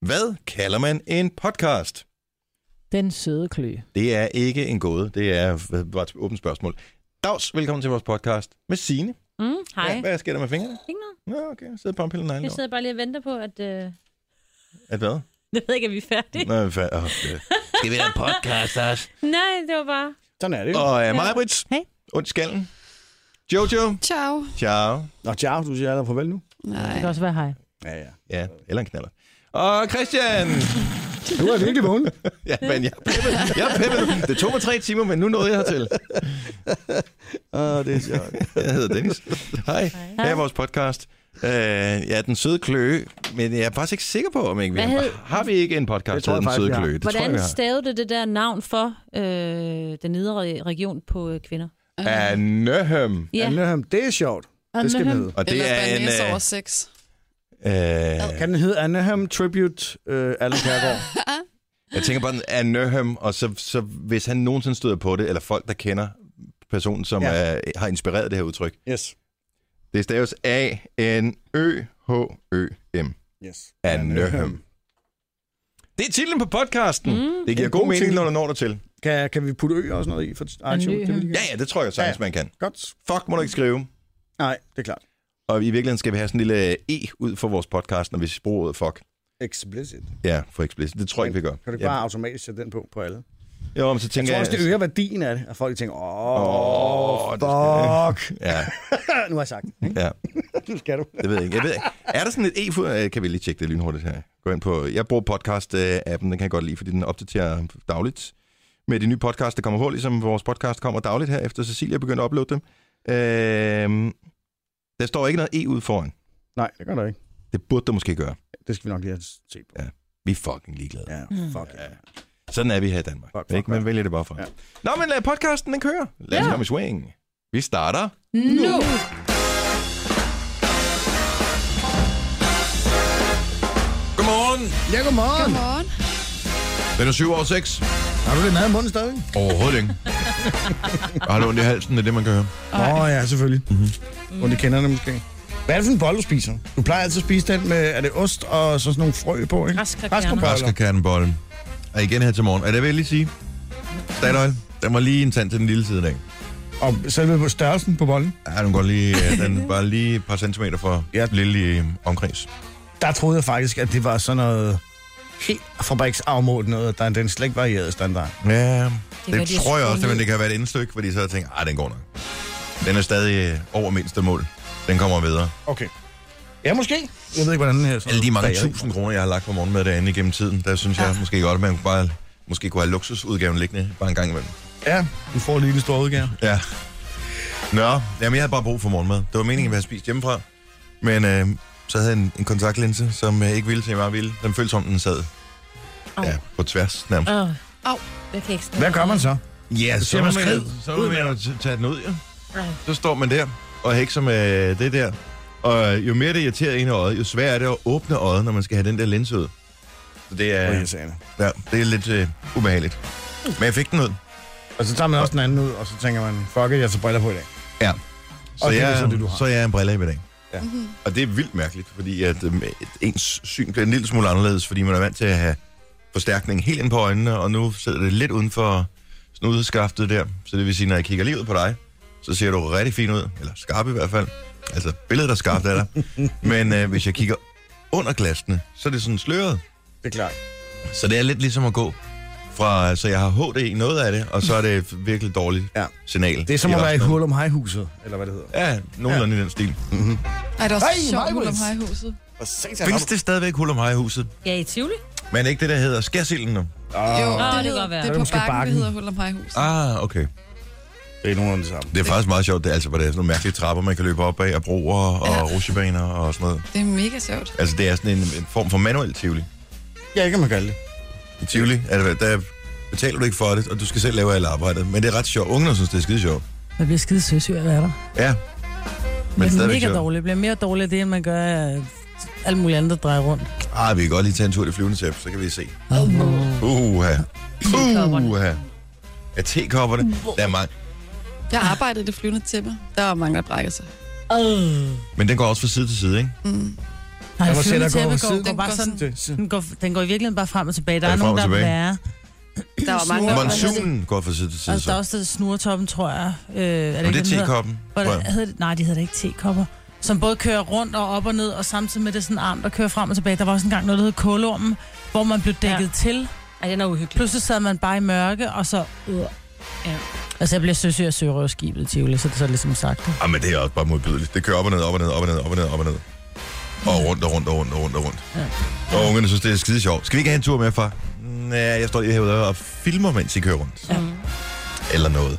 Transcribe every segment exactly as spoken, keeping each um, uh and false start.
Hvad kalder man en podcast? Den søde klø. Det er ikke en gåde. Det er bare et åbent spørgsmål. Dags, velkommen til vores podcast med Signe. Mm, hej. Ja, hvad sker der med fingrene? Fingre? Nå, okay. Jeg sidder på en pille neglen. Jeg sidder bare lige og venter på, at... Øh... At hvad? Jeg ved ikke, at vi er færdige. Nå, fa- oh, det. Skal vi have en podcast også? Nej, det var bare... Sådan er det jo. Og uh, Maj-Brits. Hey. Und skallen. Jojo. Ciao. Ciao. Nå, ciao, du siger allerede farvel nu. Nej. Det kan også være hej. Ja, ja. Ja, eller en knaller. Og Christian. Du er virkelig vågen. Ja, men jeg er peppet. Jeg er peppet. Det tog mig tre timer, men nu nåede jeg hertil. Åh, oh, det er sjovt. Jeg hedder Dennis. Hej. Her er vores podcast. Uh, ja, Den Søde Kløe. Men jeg er faktisk ikke sikker på, om ikke vi Hvad har. hed- Har vi ikke en podcast, der hedder Den Søde Kløe? Det tror jeg, vi Hvordan har. stavede det der navn for øh, den nedre region på øh, kvinder? Anøhem. Ja. Anøhem, det er sjovt. Det skal den hedde. Og det Eller er en... Banæs Uh, over sex. uh, Kan den hedde Anøhem Tribute uh, Allan Kjærgaard? jeg tænker bare, Anøhem, og så, så hvis han nogensinde støder på det, eller folk, der kender personen, som Ja. er, har inspireret det her udtryk. Yes. Det staves A N Ø H Ø M. Yes. Anøhem. Det er titlen på podcasten. Mm, det giver en god god mening, titel. når du når der til. Kan, kan vi putte ø og sådan noget i for iTunes? Anøhem. Det vil de Ja, gerne. ja, det tror jeg sagtens, Ja, ja. man kan. Godt. Fuck, må du ikke skrive. Nej, det er klart. Og i virkeligheden skal vi have sådan en lille E ud for vores podcast, når vi bruger ordet fuck. Explicit. Ja, for explicit. Det tror jeg ikke, vi gør. Kan du ikke Ja. bare automatisk sætte den på på alle? Jo, men så Jeg tænker tror jeg... også, det øger værdien af det, at folk tænker, åh, Åh, oh, det fuck. Ja, Nu har jeg sagt det, ikke? ja. Nu skal du. Det ved jeg ikke. Jeg ved ikke. Er der sådan et E? For, kan vi lige tjekke det lynhurtigt her? Gå ind på... Jeg bruger podcast-appen, den kan jeg godt lide, fordi den opdaterer dagligt med de nye podcast, der kommer på, ligesom vores podcast kommer dagligt her, efter Cecilia begyndte at uploade dem. Øhm, der står ikke noget E ud foran. Nej, det gør der ikke. Det burde der måske gøre. Det skal vi nok lige have set på. Ja. Vi er fucking ligeglade. Ja, fuck. Ja. Sådan er vi her i Danmark. Fuck, fuck, Ikke? Man fuck. vælger det bare for. Ja. Nå, men lad podcasten, den kører. Lad os Ja. komme i swing. Vi starter. Nu! Godmorgen. Ja, godmorgen. Godmorgen. Den er syv over seks. Har du det mad i munden stadig? Overhovedet ikke. Jeg har ondt i halsen, det er det, man kan høre. Åh, oh, ja, selvfølgelig. Mm-hmm. Og de kender det måske. Hvad er det for en bolle, du spiser? Du plejer altid at spise den med, er det ost og så sådan nogle frø på, ikke? Græskar Græskarboller. Græskarkernebolle. Og igen her til morgen. Er det vel lige sige? Statoil. Den var lige en tand til den lille side af. Og selve på størrelsen på bollen, Ja, den går lige, den var lige et par centimeter for Ja. ja. lille i omkreds. der troede jeg faktisk, at det var sådan noget helt fabriksafmålt noget, der den slet ikke varieret standard. Ja, det, hvad det de tror jeg har også, skruet men det kan være et indstykke, fordi så har jeg tænkt, ah, den går nok. Den er stadig øh, over mindste mål. Den kommer videre. Okay. Ja, måske. Jeg ved ikke, hvordan den her... Alle de mange bager. tusind kroner, jeg har lagt på morgenmad derinde igennem tiden, der synes jeg måske godt, at man bare måske kunne have luksusudgaven liggende bare en gang imellem. Ja, du får lige en stor udgave. Ja. Nå, jamen jeg havde bare brug for morgenmad. Det var meningen, at vi havde spist hjemmefra. Men øh, så havde jeg en, en kontaktlinse, som øh, ikke ville, som jeg bare ville. Den følte som, den sad Au. ja, på tværs nærmest. Åh, Au. jeg kan ikke snakke. Hvad gør man så? Ja, så, siger må man man, skrid. så må man jo t- tage den ud, ja. Nej. Så står man der og hækser med det der. Og jo mere det irriterer en i øjet, jo sværere er det at åbne øjet, når man skal have den der linse ud. Så det er, Hvor irriterende. ja, det er lidt øh, ubehageligt. Men jeg fik den ud. Og så tager man også den anden ud, og så tænker man, fuck it, jeg tager briller på i dag. Ja. Så, Og det er jeg, så det, du har. så jeg er en brille i dag. Ja. Mm-hmm. Og det er vildt mærkeligt, fordi at, øh, ens syn bliver en lille smule anderledes, fordi man er vant til at have forstærkning helt ind på øjnene, og nu sidder det lidt uden for snudeskaftet der. Så det vil sige, når jeg kigger lige ud på dig, så ser du rigtig fin ud, eller skarp i hvert fald. Altså, billedet er skarpt af dig. Men øh, hvis jeg kigger under glasene, så er det sådan sløret. Det er klart. Så det er lidt ligesom at gå fra, så jeg har H D i noget af det, og så er det et virkelig dårligt Ja. signal. Det er som at være i resten af- Hurlum High-huset, eller hvad det hedder. Ja, nogenlunde ja. i den stil. Mm-hmm. Ej, det var Hey, så sjovt, Majbrit. Hulum Hejhuset. Og satan, Findes det stadigvæk Hulum Hejhuset? Ja, i Tivoli? Men er ikke det, der hedder Skærsilden nu? Jo, Oh, det, det kan hedder, godt være. det Så er er det på måske bakken, bakken. det hedder Hulum Hejhuset. Ah, okay. det er nogenlunde det samme. Det er faktisk meget sjovt, det er altså, hvor der er sådan nogle mærkelige trapper, man kan løbe op bag, og broer og Ja. ja. rutsjebaner og sådan noget. Det er mega sjovt. Altså, det er sådan en, en form for manuel tivoli. Ja, det kan man kalde det. I tivoli, altså, der betaler du ikke for det, og du skal selv lave alt arbejdet. Men det er ret sjovt. Ungerne synes, det er skide sjovt. Jeg bliver skide søsyg af at være der. Ja. Men Men det er stadigvæk mega sjovt. dårligt. Det bliver mere dårligt af det, end man gør af alt muligt andet, der drejer rundt. Ah, vi kan godt lige tage en tur i det flyvende tæppe, så kan vi se. Uh. Uha. Tekopperne. Uha. Ja, tekopperne. Der er mange. Jeg arbejdede i det flyvende tæppe. Der var mange, der brækkede sig. Uh. Men den går også fra side til side, ikke? Mm. Nej, Der var sætter flyvende går tæppe på går, siden. går bare Den går sådan, Til siden. den går, den går i virkeligheden bare frem og tilbage. Der Ja, er frem nogen, og der er tilbage. værre. Der var mange, der Monsunen går fra side til side. Altså, der er Så. også det snurtoppen, tror jeg. Øh, er det, Men ikke, det den er hedder? tekoppen, tror Hvordan jeg. hedder det? Nej, de hedder det ikke tekopper. Som både kører rundt og op og ned, og samtidig med det sådan en arm, der kører frem og tilbage. Der var også engang noget, der hed kålormen, hvor man blev dækket ja. til. Ej, den er uhyggelig. Pludselig sad man bare i mørke, og så... Øh. Ja. Altså, jeg bliver søsyg af sørøverskibet i Tivoli, så det er så ligesom sagt. Ah, men det er også bare modbydeligt. Det kører op og ned, op og ned, op og ned, op og ned, op og ned. Og rundt og rundt og rundt og rundt og rundt. Ja. Og ungerne synes, det er skide sjovt. Skal vi ikke have en tur med, far? Nej, jeg står lige herude og filmer, mens I kører rundt. Ja. Eller noget.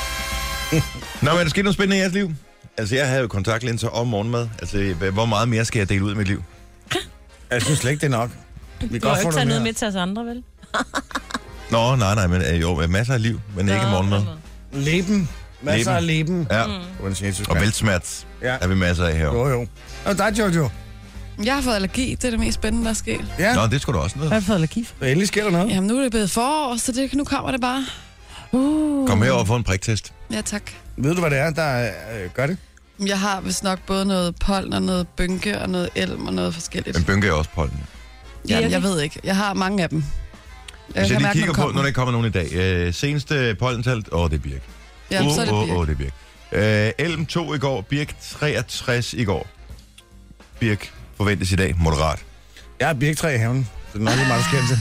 Nå, men er der sket noget spændende i jeres liv? Altså, jeg havde jo kontaktlinser om morgenmad. Altså, hvor meget mere skal jeg dele ud af mit liv? Jeg synes slet ikke, det er nok. Vi kan Du har godt jo få ikke taget noget noget mere. med til os andre, vel? Nå, nej, nej, men øh, jo, masser af liv, men ikke morgenmad. Leben. Masser af leben. Ja, Mm. og velsmert Ja. er vi masser af her. Jo, jo. Og dig, Jojo. Jeg har fået allergi. Det er det mest spændende, der er sket. Ja, Nå, det skulle da også noget. Hvad er det for allergi for? så endelig sker der noget. Jamen, nu er det blevet forår, så det, nu kommer det bare. Uh. Kom herover og få en priktest. Ja, tak. Ved du, hvad det er, der øh, gør det? Jeg har vist nok både noget pollen og noget bynke og noget elm og noget forskelligt. Men bynke er også pollen. Ja, jeg ved ikke. Jeg har mange af dem. Hvis jeg kan lige mærke, kigger når på, kommer. når der ikke kommer nogen i dag. Øh, seneste pollental, åh, oh, det er birk. Jamen, så er det Åh, birk. åh, åh, det er birk. Øh, elm to i går, birk treogtres i går. Birk forventes i dag moderat. Jeg har birktræ i haven, så det er nok lige meget, der sker til.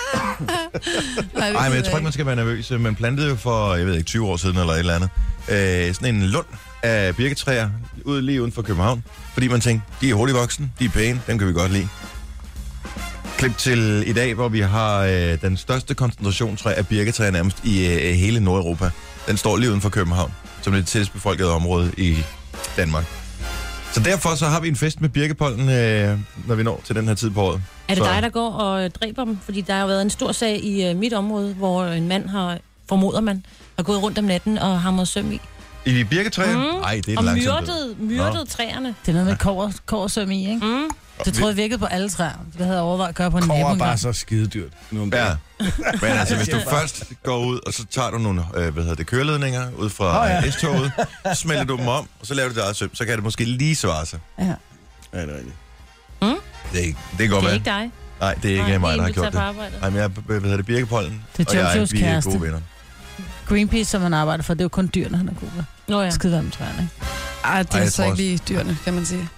Nej, Nej, men jeg tror ikke, man skal være nervøs. Man plantede jo for, jeg ved ikke, tyve år siden eller et eller andet, øh, sådan en lund af birketræer ude lige uden for København. Fordi man tænkte, de er hurtigt voksne, de er pæne, dem kan vi godt lide. Klip til i dag, hvor vi har øh, den største koncentrationstræ af birketræer nærmest i øh, hele Nordeuropa. Den står lige uden for København, som er det tættest befolkede område i Danmark. Så derfor så har vi en fest med birkepollen, øh, når vi når til den her tid på året. Er det så... dig, der går og dræber dem? Fordi der har jo været en stor sag i uh, mit område, hvor en mand har, formoder man, har gået rundt om natten og hamret søm i. I de birketræer? Mm. Nej, det er Og langsomt. myrdet, myrdet træerne. Det er noget med kover, koversøm i, ikke? Mm. Det troede jeg virkede på alle træer. Det havde jeg overvejet at gøre på en nabo Kover er engang. bare så skide dyrt. Ja, men altså hvis du først går ud, og så tager du nogle, øh, hvad hedder det, køreledninger ud fra Åh, ja. oh, ja. S-toget, så smelter du dem om, og så laver du det eget søm, så kan det måske lige svare sig. Ja. Ja, det er rigtigt. Det er, ikke- det kan godt Det er være. ikke dig. Nej, det er ikke Nej, mig, det der er har en, du gjort tager det. på arbejde. Nej, men jeg, hvad hedder det, birkepollen, Det er og jeg, Jojos vi er kæreste. gode venner. Greenpeace, som han arbejder for, det er jo kun dyrene, han er god med. Nå ja. Skide med træerne, ikke? Ej, det Ej, er jeg så tror ikke lige dyrene, kan man sige.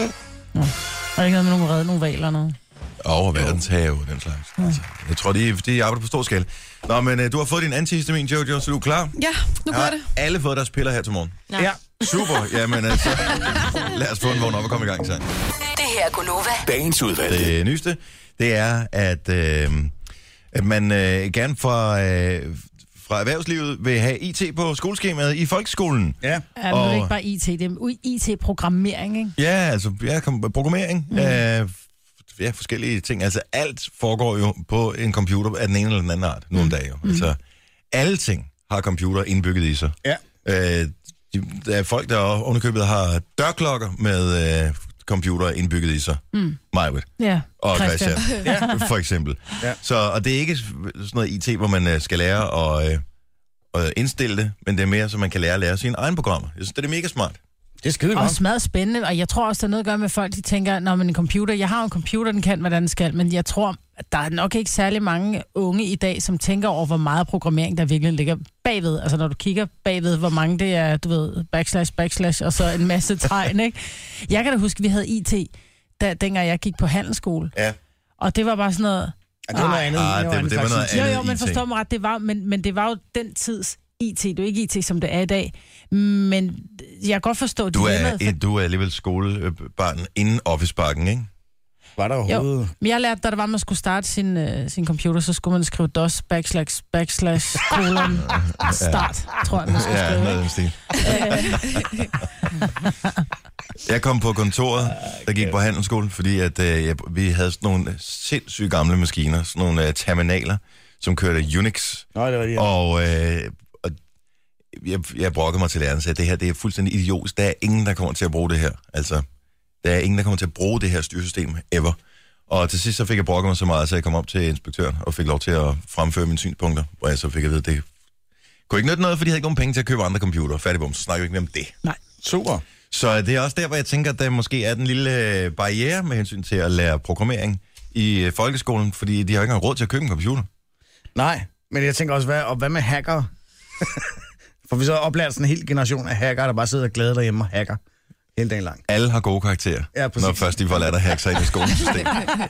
Og der er ikke noget med nogle redde, nogle valer og noget. Og verdenshave og den slags. Altså, jeg tror, de, de arbejder på stor skala. Nå, men uh, du har fået din antihistamin, Jojo, så du er klar? Ja, nu gør Har det. alle fået deres piller her til morgen? Nej. Ja. Super, jamen altså, lad os få en vågn op og komme i gang så. Det her er Gunova. Dagens udvalgte. Det nyeste, det er, at, øh, at man øh, gerne fra, øh, fra erhvervslivet vil have I T på skoleskemaet i folkeskolen. Ja. Ja, men det Og- er ikke bare I T, det er I T-programmering, ikke? Ja, altså ja, kom, programmering mm. af ja, forskellige ting. Altså alt foregår jo på en computer af den ene eller den anden art, nogle mm. dage jo. Altså alle ting har computer indbygget i sig. Ja. Øh, de, der er folk, der ovenikøbet har dørklokker med øh, computer indbygget i sig. Mm. Majwit. Ja, Og Christian, ja. for eksempel. Ja. Så, og det er ikke sådan noget I T, hvor man øh, skal lære at, øh, at indstille det, men det er mere, så man kan lære at lære sine egne programmer. Jeg synes, det er mega smart. Det er skide Og godt. smadret spændende, og jeg tror også, der er noget at gøre med folk, de tænker, når man en computer, jeg har jo en computer, den kan, hvad den skal, men jeg tror, at der er nok ikke særlig mange unge i dag, som tænker over, hvor meget programmering, der virkelig ligger bagved. Altså når du kigger bagved, hvor mange det er, du ved, backslash, backslash, og så en masse tegn, ikke? Jeg kan da huske, at vi havde I T, da, dengang jeg gik på handelsskole, Ja. og det var bare sådan noget... Ja, det var noget andet. Ah, var det- en det var slags noget I T. Jo, andet jo, men I T. forstår mig ret, det var, men, men det var jo den tids I T. Det er jo ikke I T, som det er i dag. Men jeg kan godt forstå, Du er, dilemmaet, for- et, du er alligevel skolebarn inden Office-bakken, ikke? Var der overhovedet? Men jeg lærte, da der var, man skulle starte sin, øh, sin computer, så skulle man skrive DOS, backslash, backslash, colon, start, tror jeg, man skulle Ja, skrive. noget af den stil. Jeg kom på kontoret, der gik på handelsskolen, fordi at, øh, jeg, vi havde sådan nogle sindssygt gamle maskiner, sådan nogle øh, terminaler, som kørte Unix. Nå, det var det, ja. Og, øh, og jeg, jeg brokkede mig til læreren og sagde, at det her det er fuldstændig idiotisk. Der er ingen, der kommer til at bruge det her. Altså, der er ingen, der kommer til at bruge det her styresystem ever. Og til sidst så fik jeg brokket mig så meget, så jeg kom op til inspektøren og fik lov til at fremføre mine synspunkter, hvor jeg så fik at vide, at det kunne ikke nytte noget, for de havde ikke nogen penge til at købe andre computer. Færdigbom, så snakker vi ikke mere om det. Nej. Super. Så det er også der, hvor jeg tænker, at der måske er den lille barriere med hensyn til at lære programmering i folkeskolen, fordi de har ikke engang råd til at købe en computer. Nej, men jeg tænker også, hvad, og hvad med hacker? For vi så oplærer sådan en hel generation af hacker, der bare sidder og glæder derhjemme og hacker hele dagen lang. Alle har gode karakterer, Ja, præcis. når først de får lært at hacke sig ind i skolesystemet.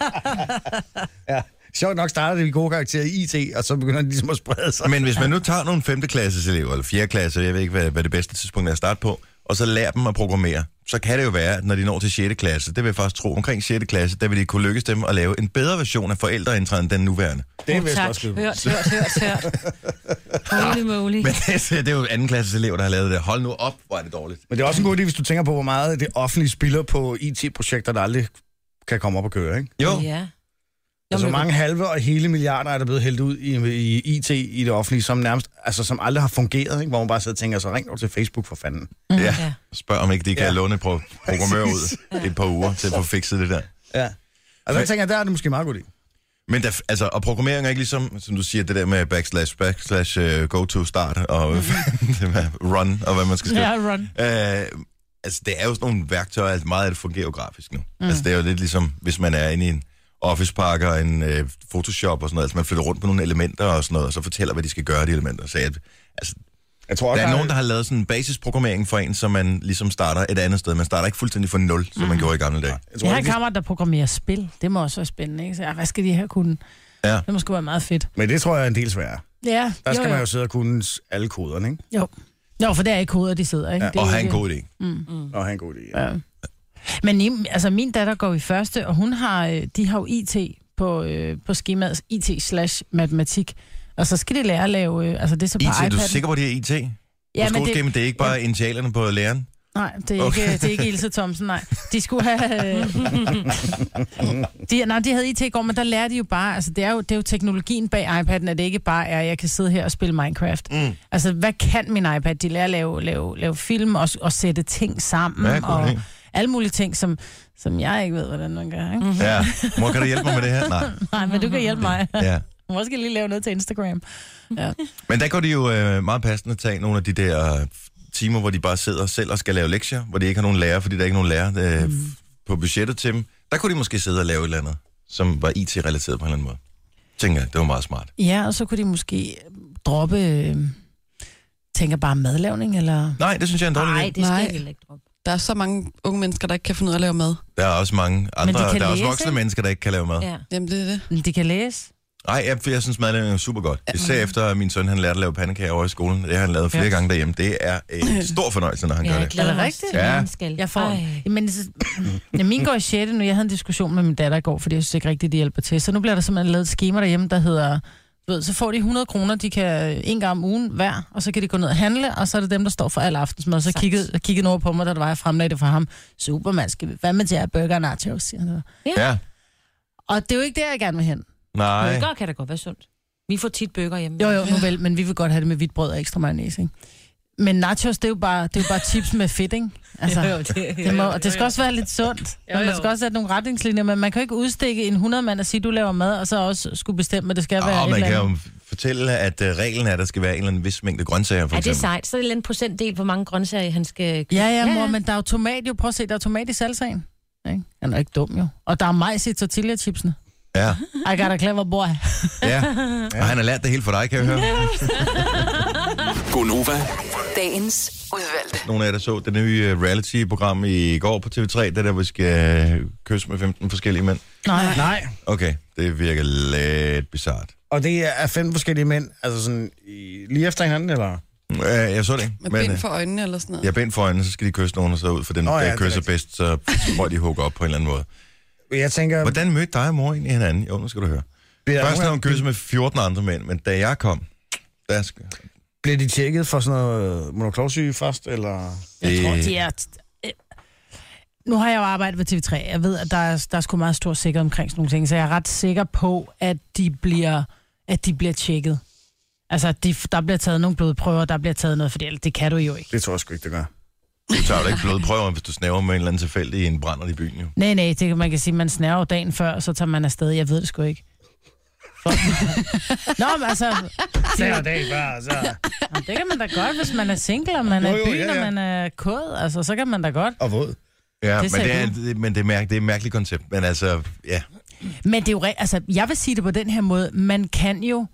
Ja, sjovt nok starter det i gode karakterer i I T, og så begynder de ligesom at sprede sig. Men hvis man nu tager nogle femte-klasses elever, eller fjerde klasse, jeg ved ikke, hvad, hvad det bedste tidspunkt er at starte på, og så lærer dem at programmere, så kan det jo være, at når de når til sjette klasse, det vil jeg faktisk tro, omkring sjette klasse, der vil det kunne lykkes dem at lave en bedre version af forældreindtræden end den nuværende. Det er Oh, vist tak. også skyde. Hørt, hørt, hørt, hørt. Holy moly. Men det, det er jo anden klasses elever, der har lavet det. Hold nu op, hvor er det dårligt. Men det er også en god idé, hvis du tænker på, hvor meget det offentlige spilder på I T-projekter, der aldrig kan komme op og køre, ikke? Jo, Ja. Altså mange halve og hele milliarder er der blevet hældt ud i, i I T i det offentlige, som nærmest, altså som aldrig har fungeret, ikke? Hvor man bare sidder og tænker, så ring over til Facebook for fanden. ja. Ja. Spørg om ikke de kan Ja. låne pro- programmør ud et par uger til at få fikset det der. Ja. Altså jeg tænker, der er det måske meget godt i. Men der, altså, og programmering er ikke ligesom, som du siger, det der med backslash, backslash, uh, go to start, og run, og hvad man skal skrive. Ja, run. Uh, altså, det er jo sådan nogle værktøjer, altså meget af det fungerer jo grafisk nu. Mm. Altså, det er jo lidt ligesom, hvis man er inde i en Office-pakke og en uh, Photoshop og sådan noget, altså man flytter rundt på nogle elementer og sådan noget, og så fortæller, hvad de skal gøre, de elementer. Så jeg, altså, Jeg tror også, der er nogen, der har lavet sådan en basisprogrammering for en, så man ligesom starter et andet sted. Man starter ikke fuldstændig fra nul, som man gjorde i gamle dage. Jeg tror, Jeg har en ikke, kammerat, der programmerer spil. Det må også være spændende, ikke? Så, ja, hvad skal de her kunne? Ja. Det må sgu være meget fedt. men det tror jeg er en del sværere. Ja, Der skal jo, man jo. jo sidde og kunne alle koderne, ikke? Jo. Jo, for det er ikke koder, de sidder, ikke? Ja, Det er Og have en ikke- god idé. Og have en god idé. Ja. Ja. Men i, altså, min datter går i første, og hun har, øh, de har jo I T på, øh, på skemaet, I T slash matematik. Og så skal de lære at lave, øh, altså det er så på I T, er iPad'en. du sikker på, det er I T? Ja, Ja, på men det, skoleskemaet, det er ikke bare initialerne på læreren? nej, det er, Okay. ikke, det er ikke Ilse Thomsen, nej. De skulle have... Øh, de, nej, de havde I T i går, men der lærer de jo bare... Altså, det er jo, det er jo teknologien bag iPad'en, at det ikke bare er, at jeg kan sidde her og spille Minecraft. Mm. Altså, hvad kan min iPad? De lærer at lave, lave, lave film og, og sætte ting sammen. Ja, god og idé. alle mulige ting, som, som jeg ikke ved, hvordan man gør. Ikke? Ja. Mor, kan du hjælpe mig med det her? Nej. Nej, men du kan hjælpe mig. Ja. Måske lige lave noget til Instagram. Ja. Men der går de jo øh, meget passende tage nogle af de der timer, hvor de bare sidder selv og skal lave lektier, hvor de ikke har nogen lærer, fordi der er ikke nogen lærer øh, mm. på budgettet til dem. Der kunne de måske sidde og lave et eller andet, som var I T-relateret på en eller anden måde. Tænker jeg, det var meget smart. Ja, og så kunne de måske droppe... Øh, tænker bare madlavning, eller... Nej, det synes jeg er en dårlig Nej, idé. det skal Nej. jeg heller ikke droppe. Der er så mange unge mennesker, der ikke kan finde ud af at lave mad. Der er også mange andre, de kan der er også læse, voksne ikke? mennesker, der ikke kan lave mad. Ja. Jamen, det er det. Men de kan læse. Nej, jeg, jeg synes madlavning er super godt. Især efter at min søn han lærte at lave pandekager over i skolen. Det har han lavet flere Ja. gange derhjemme. Det er en stor fornøjelse, når han Ja, gør jeg det. glæder Er det mig rigtigt? til, Ja. at han skal. Jeg får... Ej. Men, så- ja, min går i sjette nu. Jeg havde en diskussion med min datter i går, fordi jeg synes ikke rigtigt, de hjælper til. Så nu bliver der simpelthen lavet et schema derhjemme, der hedder... Du ved, så får de hundrede kroner, de kan en gang om ugen hver, og så kan de gå ned og handle, og så er det dem, der står for al aftensmad. Så Sejt. kiggede, kiggede over på mig, da der var, jeg fremlagde det for ham. Super, man skal hvad med til at burger og nachos, siger han. Ja, Og det er jo ikke der, jeg gerne vil hen. nej. Burger kan da godt være sundt. Vi får tit bøger hjemme. Jo, jo, nu vel, men vi vil godt have det med hvidt brød og ekstra mayonnaise, ikke? Men nachos, det er jo bare, det er jo bare chips med fedt, ikke? Altså, Jo, jo, det- det, må, og det skal også være lidt sundt. Jo, Men man jo. skal også have nogle retningslinjer, men man kan jo ikke udstikke en hundrede mand og sige, du laver mad, og så også skulle bestemme, at det skal være Og et man eller kan andet. jo fortælle, at uh, reglen er, at der skal være en eller anden vis mængde grøntsager, for Ja, det er eksempel. sejt. Så er det en procentdel, hvor mange grøntsager han skal købe. Ja, ja, mor, men der er jo tomat jo. Prøv at se, der er tomat i salsaen. Ikke? Han er ikke dum jo. Og der er majs i tortilla-chipsene. Ja, I got a clever boy. ja. Og han har lært det helt for dig, kan jeg høre. Gonova, Dagens udvalgte. Nogle af jer, der så det nye uh, reality-program i går på T V tre, det der, hvor vi skal uh, kysse med femten forskellige mænd. Nej. Nej, Okay, det virker lidt bizart. og det er fem forskellige mænd, altså sådan i, lige efter hinanden, eller? Uh, jeg så det ikke. Med men, bind uh, for øjnene eller sådan noget. jeg bind for øjnene, så skal de kysse nogen, og så ud for den, Nå oh, ja, der det er kysser rigtigt. bedst, så må de hugge op på en eller anden måde. Jeg tænker, Hvordan mødte dig og mor egentlig hinanden? Jo, nu skal du høre. bliver, Først nogen har af- hun kysset med fjorten andre mænd, men da jeg kom, der skal... bliver de tjekket for sådan noget monoklovsyge først, eller? Jeg tror, Det- de er... øh, Nu har jeg jo arbejdet på T V tre. Jeg ved, at der er, der er sgu meget stor sikkerhed omkring sådan nogle ting, så jeg er ret sikker på, at de bliver, at de bliver tjekket. Altså, at de, der bliver taget nogle blodprøver, der bliver taget noget, for det, det kan du jo ikke. Det tror jeg sgu ikke, det gør. Du tager jo ikke blodprøver, hvis du snæver med en eller anden tilfældig i en brænder i byen, jo. Nej, nej, det kan man kan sige, man snærer jo dagen før, og så tager man afsted. Jeg ved det sgu ikke. Nå, men altså... Hver dag før, så... Jamen, det kan man da godt, hvis man er single, og man Jo, er i jo, byen, ja, ja. og man er kod. Altså, så kan man da godt. Og våd. Ja, Det men sagde det, er, du. det, men det er, mærke, det er et mærkeligt koncept. Men altså, ja. Men det er jo... re- Altså, jeg vil sige det på den her måde. Man kan jo...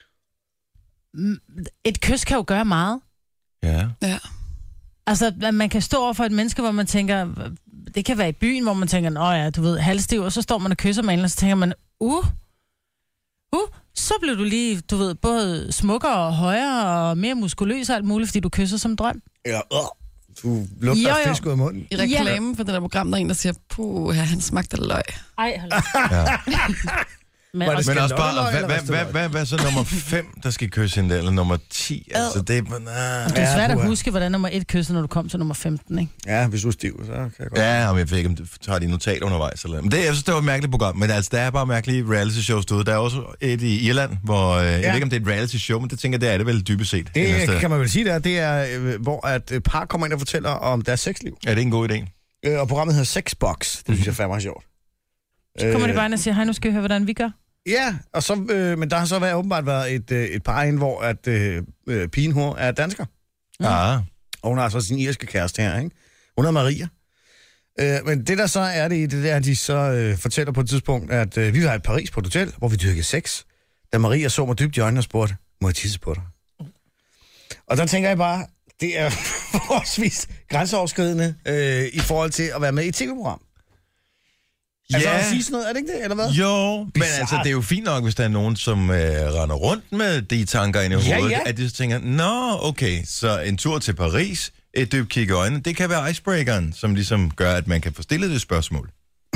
Et kys kan jo gøre meget. Ja. Ja. Altså, at man kan stå over for et menneske, hvor man tænker... Det kan være i byen, hvor man tænker, nå ja, du ved, halvstiv, og så står man og kysser med en, og så tænker man, uh, uh, så bliver du lige, du ved, både smukkere og højere og mere muskuløs og alt muligt, fordi du kysser som drøm. Ja, øh. Du lugter Jo, af jo. fisk ud af munden. I reklamen for det der program, der er en, der siger, puh, han smagte af løg. Ej, hold Ja. Men, Var det og, Men også bare, Skandaløg hvad, eller hvad, restaurant? hvad, hvad, hvad så nummer fem, der skal kysse hende, eller nummer ti? Altså, det er... Nah. det er Ja, svært at puha. huske, hvordan nummer et kysser, når du kom til nummer femten, ikke? Ja, hvis du er stiv, så kan jeg godt. Ja, og jeg ved ikke, om det tager de notat undervejs. Eller... Men det, jeg synes, det var et mærkeligt program. Men altså, der er bare mærkelige reality-shows derude. Der er også et i Irland, hvor... Øh, ja. Jeg ved ikke, om det er et reality-show, men det tænker jeg, det er det vel dybest set. Det Ellers, kan man vel sige, der. Det er, øh, hvor at et par kommer ind og fortæller om deres sexliv. Er det en god idé? Øh, og programmet hedder Sexbox. Det synes jeg fandme er sjovt. Så kommer de bare ind og siger, hej, nu skal vi høre, hvordan vi gør. Ja, og så, øh, men der har så været, åbenbart været et, øh, et par ind, hvor at, øh, øh, pigen hun er dansker. Ja. Ah. Og hun har så sin irske kæreste her, ikke? Hun er Maria. Øh, men det der så er det i det der, at de så øh, fortæller på et tidspunkt, at øh, vi var i Paris på et hotel, hvor vi dyrkede sex. Da Maria så mig dybt i øjnene og spurgte, må jeg tisse på dig? Og der tænker jeg bare, det er forholdsvis grænseoverskridende øh, i forhold til at være med i et tv-program. Altså at sige sådan noget, er det ikke det, eller hvad? Jo, men Bizarre. altså, det er jo fint nok, hvis der er nogen, som øh, render rundt med de tanker inde i Ja, hovedet, ja. at de så tænker, nå, okay, så en tur til Paris, et dybt kig i øjnene, det kan være icebreakeren, som ligesom gør, at man kan få stillet det spørgsmål. at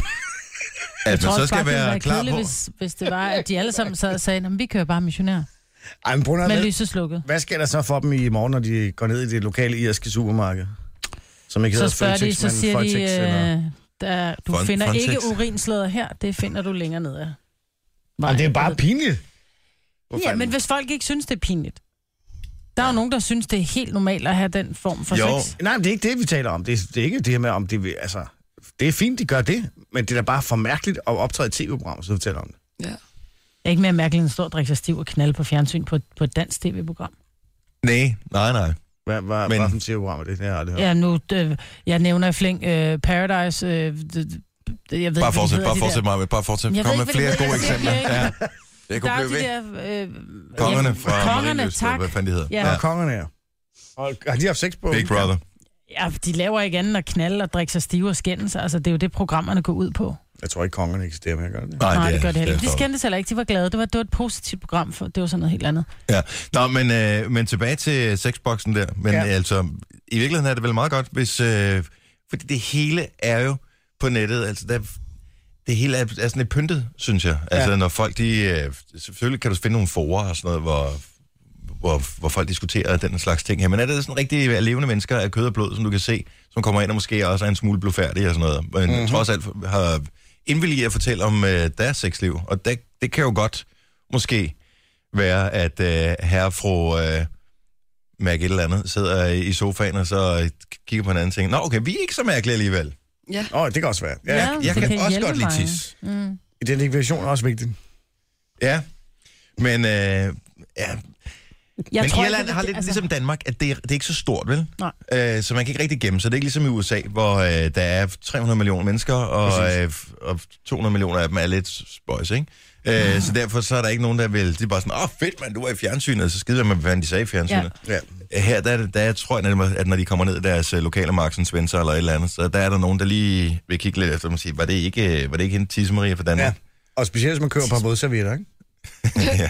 Jeg man tror så også skal bare, det ville være være klar kedeligt, på... hvis, hvis det var, at de alle sammen sad og sagde, vi kører bare missionær. Ej, men prøv at Med høre, lyset slukket. hvad sker der så for dem i morgen, når de går ned i det lokale irske supermarked? Som ikke Så hedder spørger de, Føtex, så men siger Føtex, de, eller... øh, der, du Fun- finder Frontex. ikke urinslæder her, det finder du længere ned af. Ej, det er bare pinligt. Hvor Ja, fanden? men hvis folk ikke synes, det er pinligt. Der er jo nogen, der synes, det er helt normalt at have den form for Jo. sex. Nej, men det er ikke det, vi taler om. Det er, det er ikke det her med, om det vil... Altså, det er fint, de gør det, men det er da bare for mærkeligt at optræde et tv-program, så vi taler om det. Ja. Det er ikke mere mærkeligt end at stå og drikke sig stiv og knalde på fjernsyn på, på et dansk tv-program. Nej, nej, nej. Hvad, hvad, Men- hvad for et tv-program er det? Det har jeg aldrig hørt. Ja, nu, øh, jeg nævner i flæng øh, Paradise. Øh, det, det, jeg ved Bare ikke, fortsæt, hvad bare de fortsæt, der- Marvind, bare fortsæt. Jeg Kom ved med ikke, hvad flere de gode hedder. eksempler. Jeg siger Ja. ikke. Jeg Der kunne er jo blive de ved. der... Øh, Kongerne ja, fra Kongerne, Marielyst, tak. hvad fanden de hedder. Ja. Ja. Kongerne er. Og har de haft sex på? Big Brother. Ja, de laver ikke andet end at knalde og drikke sig stive og skændes. Altså, det er jo det, programmerne går ud på. Jeg tror ikke, kongerne eksisterer mere, gør det? Nej, Nej det, er- gør det heller ikke. De er skændtes heller ikke. De var glade. Det var, det var et positivt program, for det var sådan noget helt andet. Ja, nå, men, øh, men tilbage til sexboksen der. Men Ja. ja. altså, i virkeligheden er det vel meget godt, hvis... Øh, fordi det hele er jo på nettet, altså der, det hele er, er sådan lidt pyntet, synes jeg. Altså, Ja. når folk, de... Øh, selvfølgelig kan du finde nogle forer og sådan noget, hvor, hvor, hvor folk diskuterer den slags ting her. Men er det sådan rigtig levende mennesker af kød og blod, som du kan se, som kommer ind og måske også er en smule blufærdige og sådan noget. Men mm-hmm. trods alt har indvilliget at fortælle om øh, deres sexliv. Og det, det kan jo godt måske være, at øh, herre fru øh, Mac et eller andet sidder i sofaen og så øh, kigger på hinanden og tænker, nå okay, vi er ikke så mærkelige alligevel. Ja. Åh, oh, det kan også være. Ja, Ja. Jeg det kan, kan også hjælpe godt lide mange. tis. Mm. identifikation er også vigtigt. Ja, men... Øh, ja. Jeg Men tror Irland ikke, har det- lidt altså- ligesom Danmark, at det er, det er ikke så stort, vel? Nej. Øh, så man kan ikke rigtig gemme sig. Det er ikke ligesom i U S A, hvor øh, der er tre hundrede millioner mennesker, og, øh, og to hundrede millioner af dem er lidt spøjs, ikke? Øh, så derfor så er der ikke nogen, der vil... De er bare sådan, åh oh, fedt, man, du var i fjernsynet, så skider man, hvad de sagde i fjernsynet. Ja. Ja. Her, der, er det- der jeg tror jeg, at når de kommer ned i deres øh, lokale Marks and Spencer eller et eller andet, så der er der nogen, der lige vil kigge lidt efter dem og sige, var det ikke, var det ikke en Tisse-Maria fra Danmark? Ja. Og specielt, hvis man kører på vådservietter, ikke? Ja.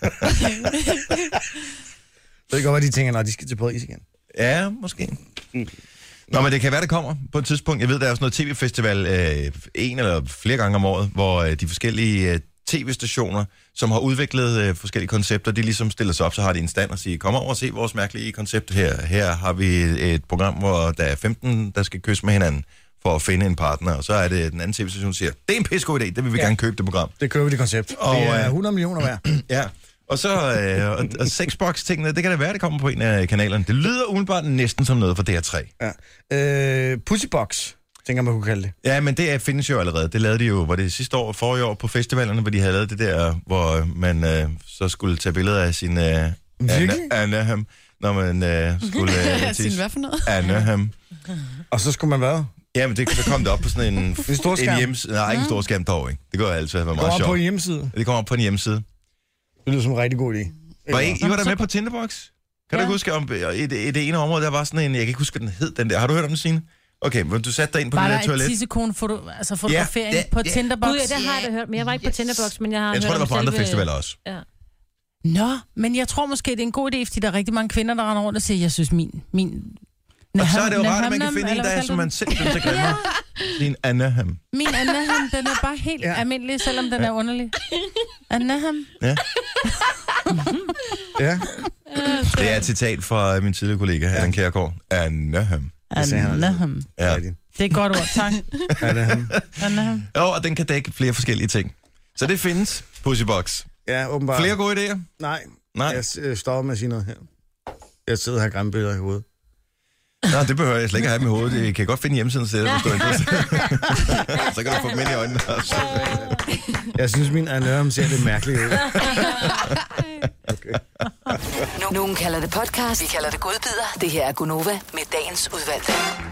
Så det kan godt være, de tænker, når de skal til Paris igen. Ja, måske. Nå, men det kan være, det kommer på et tidspunkt. Jeg ved, der er sådan noget tv-festival øh, en eller flere gange om året, hvor øh, de forskellige øh, tv-stationer, som har udviklet øh, forskellige koncepter, de ligesom stiller sig op, så har de en stand og siger, kom over og se vores mærkelige koncept her. Her har vi et program, hvor der er femten, der skal kysse med hinanden for at finde en partner, og så er det den anden tv-station, der siger, det er en pissegod idé, det vil vi Ja. ja. gerne købe, det program. Det kører vi det koncept. Og, Og, det er øh, hundrede millioner værd. Ja, og så øh, og, og sexbox-tingene, det kan da være, det kommer på en af kanalerne. Det lyder umiddelbart næsten som noget fra D R tre. Ja. Øh, Pussybox. tænker man kunne kalde det. Ja, men det er, findes jo allerede. Det lavede de jo, var det sidste år, forrige år på festivalerne, hvor de havde lavet det der, hvor man øh, så skulle tage billeder af sin øh, Anaheim, når man øh, skulle øh, Sin hvad for noget? Anaheim. Og så skulle man hvad? Ja, men det, så kom det op på sådan en, En stor skærm? en hjemmeside. Nej, ikke en stor skærm dog, ikke. Det går altid at være Gå meget op sjovt. på en hjemmeside. Det kommer op på en hjemmeside. Det lyder som en rigtig god idé. Var I, I var der med på Tinderbox? Kan ja. du ikke huske, om i det, i det ene område, der var sådan en, jeg kan ikke huske, hvad den hed, den der. Har du hørt om den, Signe? Okay, men du satte dig ind på var det der der toilet. et ti-sekund foto, altså fotografering Ja, ja, det- på ja. Tinderbox? Gud, ja, det har jeg da hørt, men jeg var ikke på Tinderbox, men jeg har Jeg tror, hørt det var på om andre selve- festivaler også. Ja. Nå, men jeg tror måske, det er en god idé, fordi der er rigtig mange kvinder, der render rundt og siger, jeg synes, min... min Og så er det jo rart, at man kan Nahamnam, finde en, eller der hvad er, som kalder man selv synes er grimmer. Din Anaheim. Min Anaheim, den er bare helt Ja. ja. almindelig, selvom den Ja. er underlig. Anaheim. Ja. Ja. Det er et citat fra min tidligere kollega, Allan Kjærgaard. Anaheim. Det sagde han altså. Anaheim. Ja. Rigtigt. Det er et godt ord, tak. Ja, det er han. Anaheim. Jo, og den kan dække flere forskellige ting. Så det findes, Pussybox. Ja, åbenbart. Flere gode idéer? Nej, Nej. jeg øh, stopper med at sige noget her. Jeg sidder og har grimme billeder i hovedet. Nå, det behøver jeg slet ikke at have med hovedet. Jeg kan godt finde hjemmesiden til det, hvis du er interesseret. Så kan du få dem ind i øjnene også. Jeg synes, min Anaheim ser lidt mærkeligt ud. Okay. Nu- Nogen kalder det podcast, vi kalder det godbider. Det her er Gunova med dagens udvalgte.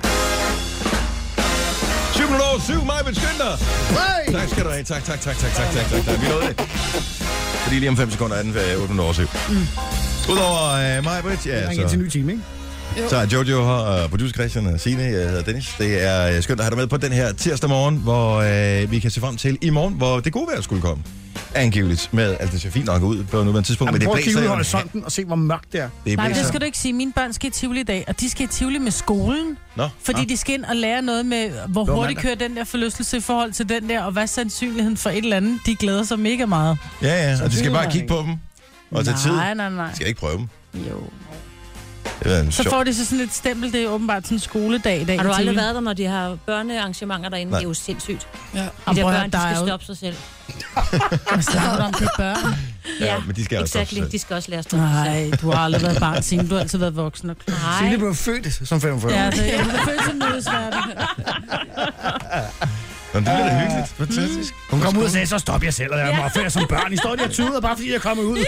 syv minutter over syv, mig beskynder. Tak skal du have. Tak, tak, tak, tak, tak, tak, tak, tak. Vi nåede det. Fordi lige om fem sekunder er den øh, otte minutter over syv. Mm. Udover uh, mig, Britt, ja, Ring ind til så, en ny time, ikke? så er Jojo her, og producer Christian og Signe, jeg hedder Dennis. Det er øh, skønt at have dig med på den her tirsdag morgen, hvor øh, vi kan se frem til i morgen, hvor det gode vejr skulle komme. Angiveligt med, altså det ser fint nok ud på nuværende tidspunkt, Jamen, men prøv det at kigge ud i blæser. horisonten og se, hvor mørkt det er. Det Nej, det blæser. skal du ikke sige. Mine børn skal i Tivoli i dag, og de skal i Tivoli med skolen. Nå, Fordi nå. de skal ind og lære noget med, hvor Nå, hurtigt mandag. kører den der forlystelse i forhold til den der, og hvad er sandsynligheden for et eller andet. De glæder sig mega meget. Ja, ja, og de skal det bare er kigge på dem og tage tid. Nej, nej, nej. De skal ikke prøve dem. Jo. Det er en Så sjov. får de så sådan et stempel, det er åbenbart sådan en skoledag i dag. Har du i aldrig Tivoli. været der, når de har børnearrangementer derinde? Nej. Det er jo sindssygt. Ja. De Og der prøv at høre, børn, der de er skal jo- stoppe sig selv. Hvad snakker du om, det er børn? Ja, men de skal også stoppe sig exactly. selv. De skal også lære at stoppe sig selv. Nej, du har aldrig været barn, Signe. Du har altid været voksen og klog. Nej. Signe blev født som femogfyrre. Ja, det er jo født som nødesværdig. Nå, det bliver da hyggeligt. Fantastisk. Hun kom ud og sagde, så stop jer selv, og jeg må opføre som børn. I står der tudet, bare fordi jeg kommer ud.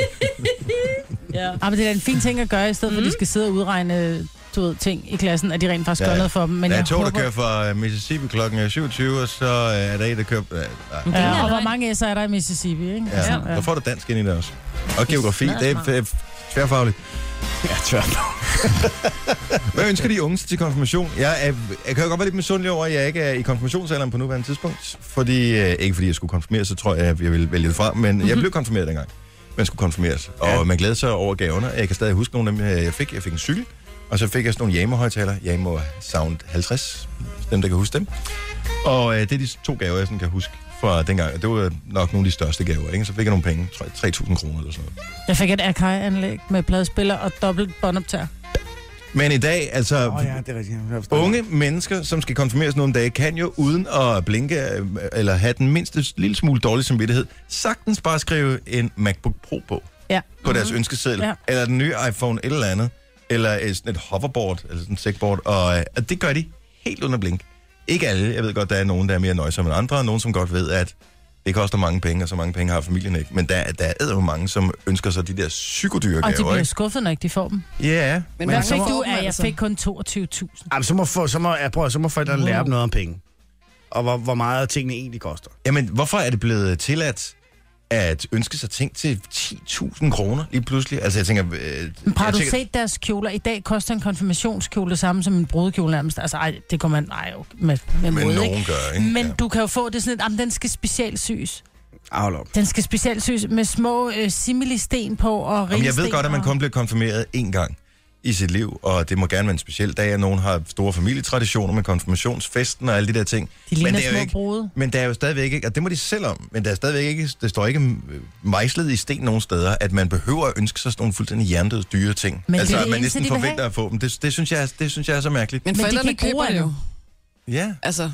Ja. Ja, men det er da en fin ting at gøre, i stedet for at de skal sidde og udregne du ved, ting i klassen, at de rent faktisk Ja. gør noget for dem. Men Der er jeg tog, der håber, kører fra øh, Mississippi klokken syvogtyve, og så øh, er der en, der kører... Øh, nej. Det er Ja, og hvor løgn. mange S'er er der i Mississippi, ikke? Ja, så får du dansk ind i det også. Og geografi, smadrer det er smart. f- tværfagligt. Ja, tværfagligt. Hvad ønsker de unge til konfirmation? Jeg, er, jeg kan jo godt være lidt misundelig over, at jeg ikke er i konfirmationsalderen på nuværende tidspunkt. Fordi, øh, ikke fordi jeg skulle konfirmeres, så tror jeg, at jeg ville vælge det fra. Men mm-hmm. jeg blev konfirmeret dengang. Man skulle konfirmeres. Og Ja. man glæder sig over gaverne. Jeg kan stadig huske nogle af dem, jeg fik. Jeg fik en cykel. Og så fik jeg sådan nogle Yamaha-højtalere. Yamaha Sound halvtreds. Dem, der kan huske dem. Og øh, det er de to gaver, jeg sådan kan huske fra dengang. Og det var nok nogle af de største gaver, ikke? Så fik jeg nogle penge. tror jeg, tre tusind kroner eller sådan noget. Jeg fik et Akai-anlæg med pladespiller og dobbelt båndoptager. Men i dag, altså... Åh oh, ja, det er rigtigt. Jeg forstår. Unge mennesker, som skal konfirmeres nogle dage, kan jo uden at blinke øh, eller have den mindste lille smule dårlig samvittighed, sagtens bare skrive en MacBook Pro på, Ja. på deres ønskeseddel. Ja. Eller den nye iPhone et eller andet. Eller et, sådan et hoverboard, eller sådan et segboard. Og, øh, og det gør de helt under blink. Ikke alle. Jeg ved godt, der er nogen, der er mere nøjsomme end andre, og nogen, som godt ved, at det koster mange penge, og så mange penge har familien ikke. Men der, der er jo mange, som ønsker sig de der psykodyre Og de gaver, bliver ikke? skuffet, når ikke de får dem. Ja, yeah. Men Hvad hvad fik får du? dem, Ja, jeg altså? fik kun toogtyve tusind. Jamen, så må, for, så må, jeg prøver, så må forældrene lære dem noget om penge. Og hvor, hvor meget tingene egentlig koster. Jamen, hvorfor er det blevet tilladt at ønske sig ting til ti tusind kroner lige pludselig? Altså, jeg tænker... Øh, Men har jeg du tænker, set deres kjoler? I dag koster en konfirmationskjole det samme som en brudekjole nærmest. Altså, ej, det går man... Ej, okay, med, med Men måde, nogen ikke? gør, ikke? Men Ja. du kan jo få det sådan, at jamen, den skal specialsys. Ah, hold op. Den skal specialsys med små øh, simili-sten på og Jamen, jeg rilsten ved godt, at man og- kun bliver konfirmeret én gang i sit liv, og det må gerne være en speciel dag, og nogen har store familietraditioner med konfirmationsfesten og alle de der ting. De ligner men det er jo små ikke, brude. Men der er jo stadigvæk ikke, og det må de selv om, men der er stadigvæk ikke, det står ikke øh, mejslet i sten nogen steder, at man behøver at ønske sig sådan nogle fuldstændig hjernedøde dyre ting. Men altså, det er at det man eneste, næsten de vil forventer have. at få dem. Det, det, synes jeg, det synes jeg er så mærkeligt. Men Men de kan forældrene ikke bruge køber det jo. andet. Ja, Altså,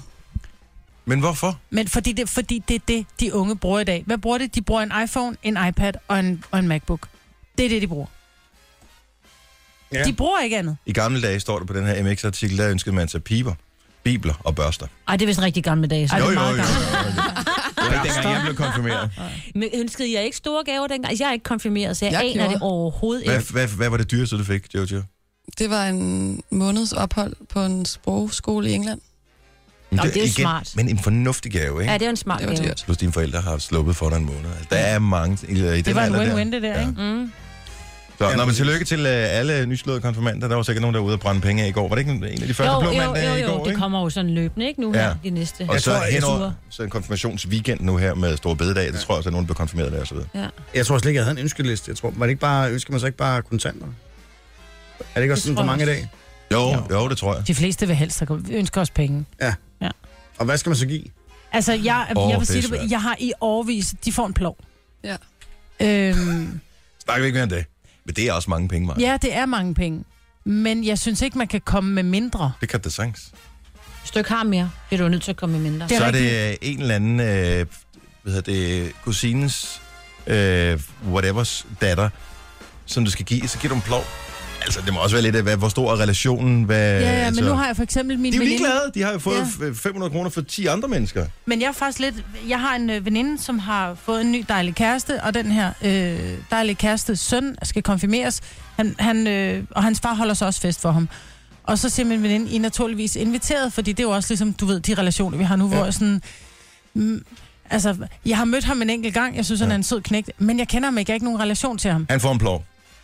men hvorfor? Men fordi det, fordi det er det, de unge bruger i dag. Hvad bruger det? De bruger en iPhone, en iPad og en, og en MacBook. Det er det, de bruger. Ja. De bruger ikke andet. I gamle dage står der på den her M X-artikel, der ønskede man sig piber. Bibler og børster. Ej, det er vist en rigtig gamle dage. Så. Ej, Jo, det jo, er jo. meget jo, gammelt. jo. Det var ikke dengang, jeg blev konfirmeret. Men ønskede jeg ikke store gaver dengang? Altså, jeg er ikke konfirmeret, så jeg, Jeg jeg aner gjorde. det overhovedet Hvad, ikke. hvad, hvad var det dyreste, du fik, Jojo? Det var en måneds ophold på en sprogskole i England. Nå, det er jo smart. Men en fornuftig gave, ikke? Ja, det er jo en smart Det var gave. dyrt. Plus dine forældre har sluppet for dig en måned. Altså, der er mange i, i Det den var en alder win-win, det der, Ja. ikke? Mm. Så, nå, men tillykke til uh, alle nyslåede konfirmander. Der var sikkert nogen, der var ude og brænde penge af i går. Var det ikke en, en af de første Jo, blå jo, mandage jo, i jo, går, det ikke? kommer jo sådan løbende, ikke nu Ja. her, de næste. Og så tror, jeg henover, tror- så en konfirmationsweekend nu her med store bededag. Det tror jeg også, at nogen blev konfirmeret der og så videre. Ja. Jeg tror slet ikke, jeg havde en ønskeliste. Jeg tror, var det ikke bare, ønsker man så ikke bare kontanter? Er det ikke også Det sådan for tror mange i jeg dag? Jo, jo, jo, det tror jeg. De fleste vil helst have- ønsker os penge. Og hvad skal man så give? Altså, jeg, Åh, jeg vil det er sige svært. det, jeg har i årvis, de får en plov. Ja. Øhm, Snakker vi ikke mere om det? Men det er også mange penge, Mark. ja, det er mange penge. Men jeg synes ikke, man kan komme med mindre. Det kan det sagtens. Hvis du ikke har mere, bliver du nødt til at komme med mindre. Det er Så er rigtigt. det øh, en eller anden, øh, hvad hedder det, kusinens, øh, whatevers datter, som du skal give, så giver du en plov. Altså, det må også være lidt af, hvad, hvor stor er relationen? Hvad, Ja, ja, altså, men nu har jeg for eksempel min de er jo veninde. ligeglade. De har jo fået Ja. ja. fem hundrede kroner for ti andre mennesker. Men jeg er faktisk lidt... Jeg har en øh, veninde, som har fået en ny dejlig kæreste, og den her øh, dejlige kæreste søn skal konfirmeres. Han, han, øh, og hans far holder så også fest for ham. Og så siger min veninde, I er naturligvis inviteret, fordi det er jo også ligesom, du ved, de relationer, vi har nu, ja. hvor jeg sådan... Mm, altså, jeg har mødt ham en enkelt gang, jeg synes, han Ja. er en sød knægt, men jeg kender ham ikke, jeg har ikke nogen relation til ham. Han får en plov.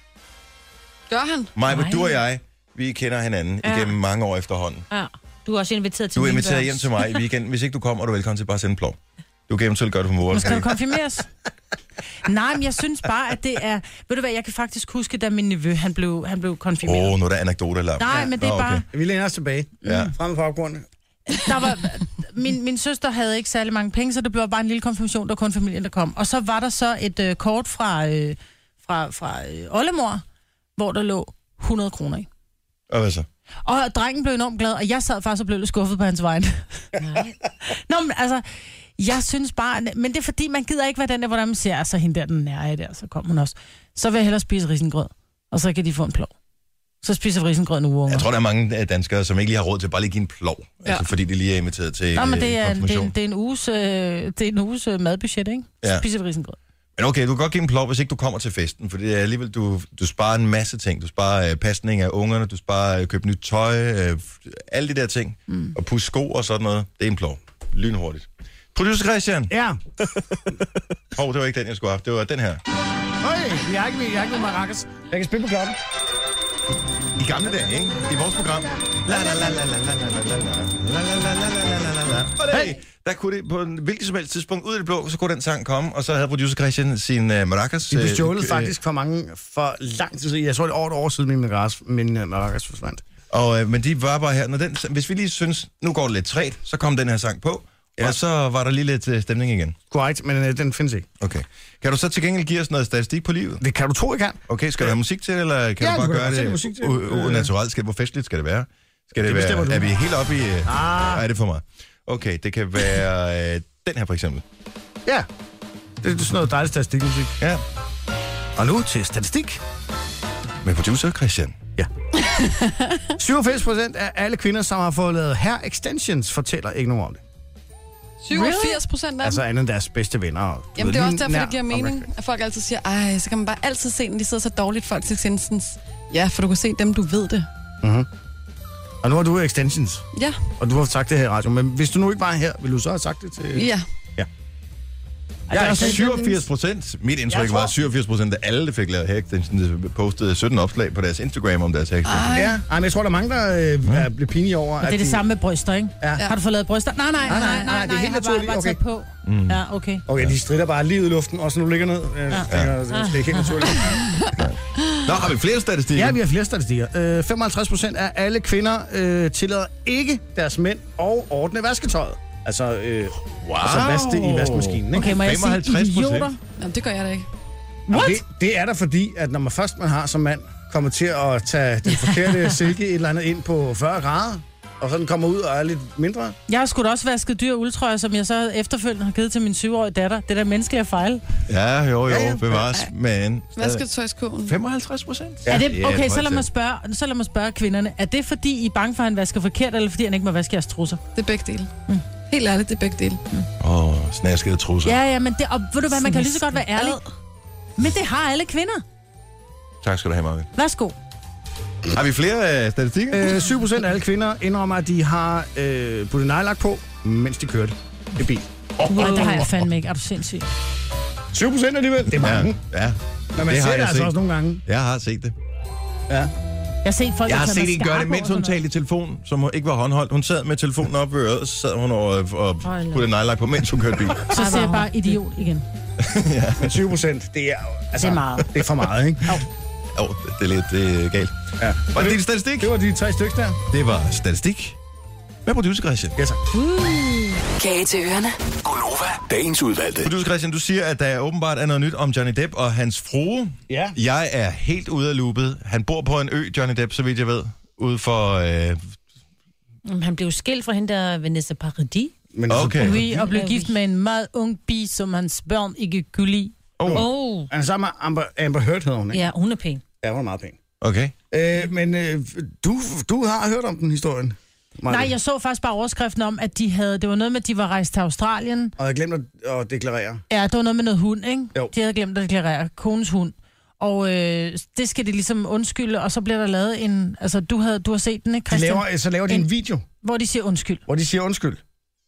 Gør han? Mig, Nej. du og jeg, vi kender hinanden Ja. ja. igennem mange år efterhånden. Ja. Du er også inviteret til Du er min inviteret børns. hjem til mig i weekenden. Hvis ikke du kommer, er du velkommen til bare at sende en plov. Du kan eventuelt gøre det på Nu skal du mor. konfirmeres. Nej, men jeg synes bare, at det er... Ved du hvad, jeg kan faktisk huske, da min nevø, han blev, han blev konfirmeret. Åh, oh, nu er der anekdoter eller... Nej, men det er Nå, okay. bare... Vi læner os tilbage. Ja. Frem med popcorn. Der var, min, min søster havde ikke særlig mange penge, så det blev bare en lille konfirmation, der var kun familien, der kom. Og så var der så et øh, kort fra, øh, fra, fra øh, oldemor, hvor der lå hundrede kroner i. Og hvad så? Og drengen blev enormt glad, og jeg sad faktisk og blev lidt skuffet på hans vegne. Nej. Nå, men altså, jeg synes bare... Men det er fordi, man gider ikke være den der, hvordan man siger, altså hende der, den nære der, så kom hun også. Så vil jeg hellere spise risengrød, og så kan de få en plov. Så spiser vi risengrød nu, unger. Jeg tror, der er mange øh, danskere, som ikke lige har råd til bare lige give en plov. Ja. Altså, fordi de lige er inviteret til Nå, men øh, det er, det er, konfirmation. en, det er en uges, øh, det er en uges øh, madbudget, ikke? Så Ja. spiser vi risengrød. Men okay, du kan godt give en plov, hvis ikke du kommer til festen. For det er alligevel, du, du sparer en masse ting. Du sparer øh, pasning af ungerne, du sparer øh, købe nyt tøj, øh, alle de der ting. Mm. Og pusse sko og sådan noget. Det er en plov. Lynhurtigt. Producer Christian. Ja. Hov, det var ikke den, jeg skulle have. Det var den her. Høj, jeg har ikke, jeg har ikke nogen maracas. Jeg kan spille på klokken. I gamle dage, ikke? I vores program. La la la la la la la la la la la la la la la la. Hey, der kunne det på en hvilket som helst tidspunkt ud af det blå, så kunne den sang komme, og så havde producer Christian sin uh, maracas. De blev stjålet øh, faktisk for mange, for lang tid siden. Jeg tror, det er over et år siden, min maracas, min uh, maracas forsvandt. Og, øh, men de var bare her. Når den, hvis vi lige synes, nu går det lidt træt, så kom den her sang på, ja. Og så var der lige lidt uh, stemning igen. Korrekt, men uh, den findes ikke. Okay. Kan du så til gengæld give os noget statistik på livet? Det kan du tro, jeg kan. Okay, skal du have musik til, eller kan Ja, du du bare kan gøre godt sætte det musik til. u- unaturelt? Skal, hvor festligt skal det være? Skal det, Det bestemmer være, du. er vi helt oppe i... Uh, Ah. er det for meget? Okay, det kan være øh, den her for eksempel. Ja. Det er sådan noget dejligt statistikmusik. Ja, Og nu til statistik. med producer Christian. Ja. syvogfirs procent af alle kvinder, som har fået lavet hair extensions, fortæller ikke nogen om det. syvogfirs procent af dem. Altså andet end deres bedste venner. og du Jamen ved, det er også lige derfor, nær det giver mening, omkring. at folk altid siger, ej, så kan man bare altid se, når de sidder så dårligt folk til extensions. Ja, for du kan se dem, du ved det. Og nu har du extensions, Ja, og du har sagt det her i radio. Men hvis du nu ikke var her, ville du så have sagt det til... ja. Jeg er også- syvogfirs procent. Mit indtryk Jeg var, tror- at syvogfirs procent af alle, der fik lavet hair extensions, postede sytten opslag på deres Instagram om deres hair extensions. Ja, ej, men jeg tror, der er mange, der øh, er blevet pinlige over, Og det er at det de... samme med bryster, ikke? Ja. Har du fået lavet bryster? Nej, nej, nej, nej, nej, det er helt jeg har bare, naturligt, bare taget okay. på. Mm. Ja, okay. Okay, de stritter bare lige ud i luften, også når du ligger ned. Ja. Det er ikke helt naturligt. Nå, har vi flere statistikker? Ja, vi har flere statistikker. Øh, femoghalvtreds procent af alle kvinder øh, tillader ikke deres mænd og ordne vasketøjet. Altså, øh, Wow. altså vaske det i vaskemaskinen. Ikke? Okay, må jeg sige femoghalvtreds procent. idioter? Jamen, det gør jeg da ikke. Jamen, Det, det er der fordi, at når man først man har som mand, kommer til at tage den forkerte silke et eller andet ind på fyrre grader, og så den kommer ud og er lidt mindre. Jeg har sgu da også vasket dyr uldtrøjer, som jeg så efterfølgende har givet til min syvårige datter. Det der menneskelige fejl. Ja, jo, jo, Ja, ja. bevares, men... Vasketøjskurven. femoghalvtreds procent? Er det, Ja, okay, det så må lad, jeg mig spørge, så lad mig spørge kvinderne. Er det fordi, I er bange for, at han vasker forkert, eller fordi han ikke må vaske jeres trusser? Det er begge dele. Mm. Helt ærligt, det er begge dele. Åh, oh, snaskede trusser. Ja, ja, men det, og ved du hvad, man kan lige så godt være ærlig. Men det har alle kvinder. Tak skal du have, Marvind. Værsgo. Har vi flere øh, statistikker? Øh, syv procent af alle kvinder indrømmer, at de har øh, puttet nejlak på, mens de kørte i bil. Oh, det har jeg fandme ikke. Er du sindssyg? syv procent alligevel. Det er mange. Ja, ja. Men man Det har ser jeg det altså set. også nogle gange. Jeg har set det. Ja. Jeg har set folk, Jeg har der tager set en gøre mascara det, på mens og hun sådan talte i telefon, som ikke var håndholdt. Hun sad med telefonen op ved øret, og så sad hun og, og puttede nejlak på, mens hun kørte bil. noget. Så ser jeg bare idiot igen. Men syv procent, det er, altså, Det er meget. Det er for meget, ikke? Jo, oh, det er lidt det er galt. Ja. Var det din statistik? Det var de tre stykker der. Det var statistik med producer Christian. Ja, tak. Kage til ørerne. Gonova, dagens udvalgte. Producer Christian, du siger, at der åbenbart er noget nyt om Johnny Depp og hans frue. Ja. Jeg er helt ude af loopet. Han bor på en ø, Johnny Depp, så vidt jeg ved. Ude for... Øh... Jamen, han blev skilt fra hende der Vanessa Paradis. Men Okay. Vi og blev gift med en meget ung bi, som hans børn ikke kunne lide. Oh, Åh, oh, Han er sammen med Amber, Amber Heard, hedder hun, ikke? ja, hun er pæn. Ja, hun er meget pæn. okay. Øh, men øh, du, du har hørt om den historien, Maja. Nej, jeg så faktisk bare overskriften om, at de havde... Det var noget med, at de var rejst til Australien. Og jeg glemte at, at deklarere. Ja, det var noget med noget hund, ikke? Jo. De havde glemt at deklarere konens hund. Og øh, det skal de ligesom undskylde, og så bliver der lavet en... Altså, du, havde, du har set den, ikke, De Christian? laver, så laver de en En- video, Hvor de siger undskyld. hvor de siger undskyld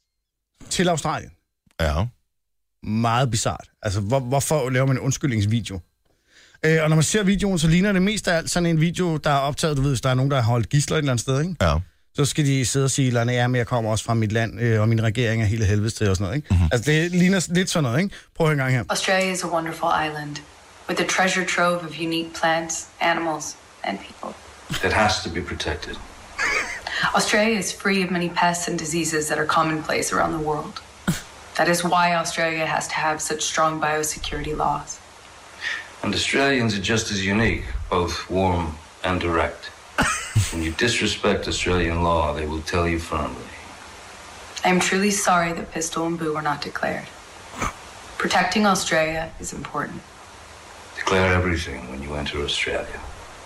til Australien. Ja. Meget bizart. Altså, hvor, hvorfor laver man en undskyldningsvideo? Øh, og når man ser videoen, så ligner det mest af alt sådan en video, der er optaget, du ved, hvis der er nogen, der har holdt gidsler et eller andet sted, ikke? Ja. Så skal de sidde og sige, at ja, men jeg kommer også fra mit land, øh, og min regering er hele helvedes til, og sådan noget, ikke? Mm-hmm. Altså, det ligner lidt sådan noget, ikke? Prøv at høre en gang her. Australia is a wonderful island with a treasure trove of unique plants, animals, and people. It has to be protected. Australia is free of many pests and diseases that are commonplace around the world. That is why Australia has to have such strong biosecurity laws. And Australians are just as unique, both warm and direct. When you disrespect Australian law, they will tell you firmly. I am truly sorry that Pistol and Boo were not declared. Protecting Australia is important. Declare everything when you enter Australia.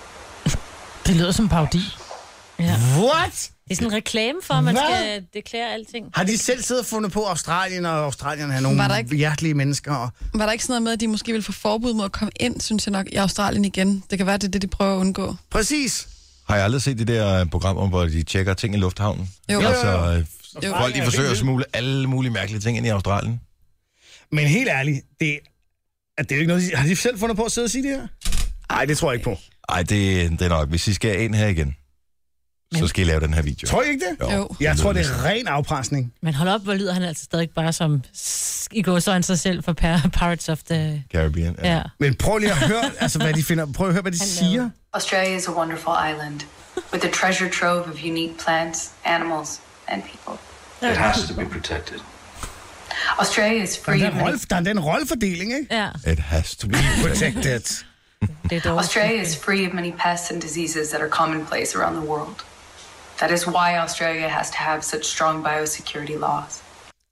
Det lyder som en parodi. Ja. What? Det er sådan en reklame for, at man Hvad? skal deklarere alting. Har de selv siddet og fundet på Australien, og Australien er nogle Var der ikke- hjertelige mennesker? Og... Var der ikke sådan noget med, at de måske vil få forbud mod at komme ind, synes jeg nok, i Australien igen? Det kan være, det er det, de prøver at undgå. Præcis. Har jeg aldrig set de der programmer, hvor de tjekker ting i lufthavnen? Jo. Altså, øh, Jo. folk de forsøger at smule alle mulige mærkelige ting ind i Australien. Men helt ærligt, det, er det jo ikke noget, de, har de selv fundet på at sidde og sige det her? Nej, det tror jeg ikke på. Ej, det, det er nok. Hvis I skal ind her igen, så skal I lave den her video. Tror I ikke det? Jo. Jeg tror, det lyder er ren afpresning. Men hold op, hvor lyder han altså stadig bare som... s- I går så han sig selv for Par- Pirates of the... Caribbean. Ja. Ja. Men prøv lige at høre, altså, hvad de finder. Prøv at høre, hvad de Han siger. Australia is a wonderful island with a treasure trove of unique plants, animals, and people. It has to be protected. Australia is Der free er, of den many rolle, der er den rollefordeling, ikke? Ja, It has to be. Protected. det er dårligt. Australia is free of many pests and diseases that are commonplace around the world. That is why Australia has to have such strong biosecurity laws.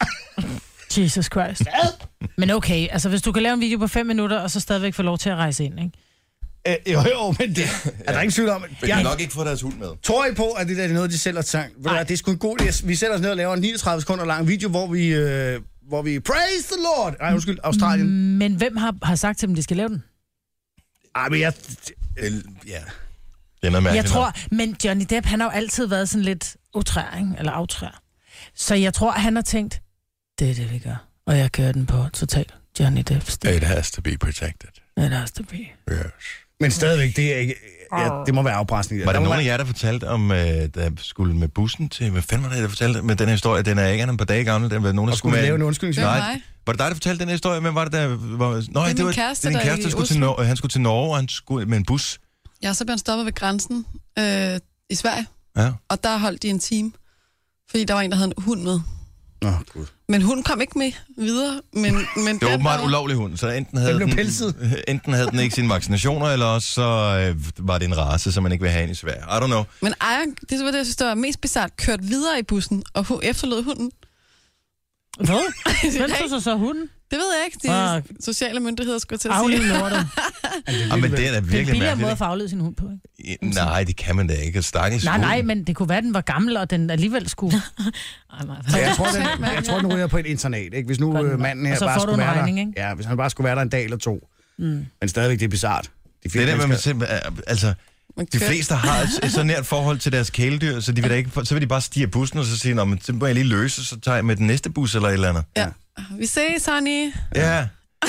Jesus Christ. Men okay, altså hvis du kan lave en video på fem minutter, og så stadigvæk få lov til at rejse ind, ikke? Øh, jo, jo, men det er der ingen tvivl om. Men de Jeg har nok ikke fået deres hund med. tror I på, at det der er noget, de selv har tænkt? Ved du hvad, det er sgu en god idé. Vi sætter os ned og laver en niogtredive sekunder lang video, hvor vi, øh, hvor vi praise the Lord. Nej, undskyld, Australien. Men hvem har, har sagt til dem, de skal lave den? Ej, men jeg... El- Ja. Det er noget mærkeligt. Jeg tror, men Johnny Depp, han har jo altid været sådan lidt utrær, ikke? Eller aftrær. Så jeg tror, han har tænkt, det er det, vi gør. Og jeg kører den på total Johnny Depp stil. It has to be protected. It has to be. Yes. Men stadigvæk, det er ikke... Ja, det må være afpresning. Var der må nogen af være- jer, der fortalte om, øh, der skulle med bussen til... Hvad fanden var det, der fortalte med den her historie? Den er ikke andet end et par dage gammel. Den var nogen, der Og skulle med... lave en undskyldning? Hvem? Nej, mig. var det dig, der fortalte den her historie? Hvem var det, der... Var... Nå, min det var kæreste, det er din der kæreste, i der skulle til Oslo. Norge. Han skulle til Norge, og han skulle med en bus. Ja, så blev han stoppet ved grænsen øh, i Sverige, Ja. og der holdt de en time, fordi der var en, der havde en hund med. Nå, gud. Men hun kom ikke med videre. Men, men det var åbenbart en ulovlig hund, så enten havde den, den, enten havde den ikke sine vaccinationer, eller også så øh, var det en race, som man ikke vil have ind i Sverige. I don't know. Men Aya, det var det, jeg synes, det var mest bizarrt, kørt videre i bussen, og hun efterlod hunden. Hvad? Hvem tog så så hunden? Det ved jeg ikke. De ah. sociale myndigheder skulle til at sige. Afliv lortet. Ja, men det er da virkelig mærkeligt. Det er en billigere måde at få afledt sin hund på, ikke? Ja, nej, det kan man da ikke. Stakkels nej, nej, men det kunne være, at den var gammel, og den alligevel skulle... ja, jeg tror, den, jeg tror, den ryger på et internat, ikke? Hvis nu øh, manden her bare skulle være regning, der... Ikke? Ja, hvis han bare skulle være der en dag eller to. Mm. Men stadigvæk, det er bizarrt. De det er det, man simpelthen... Altså, de fleste har et så nært forhold til deres kæledyr, så de vil da ikke, så vil de bare stige af bussen, og så sige, nå, men så må jeg lige løse, så tager jeg med den næste bus eller et eller andet. Ja. Vi ses, honey. Ja.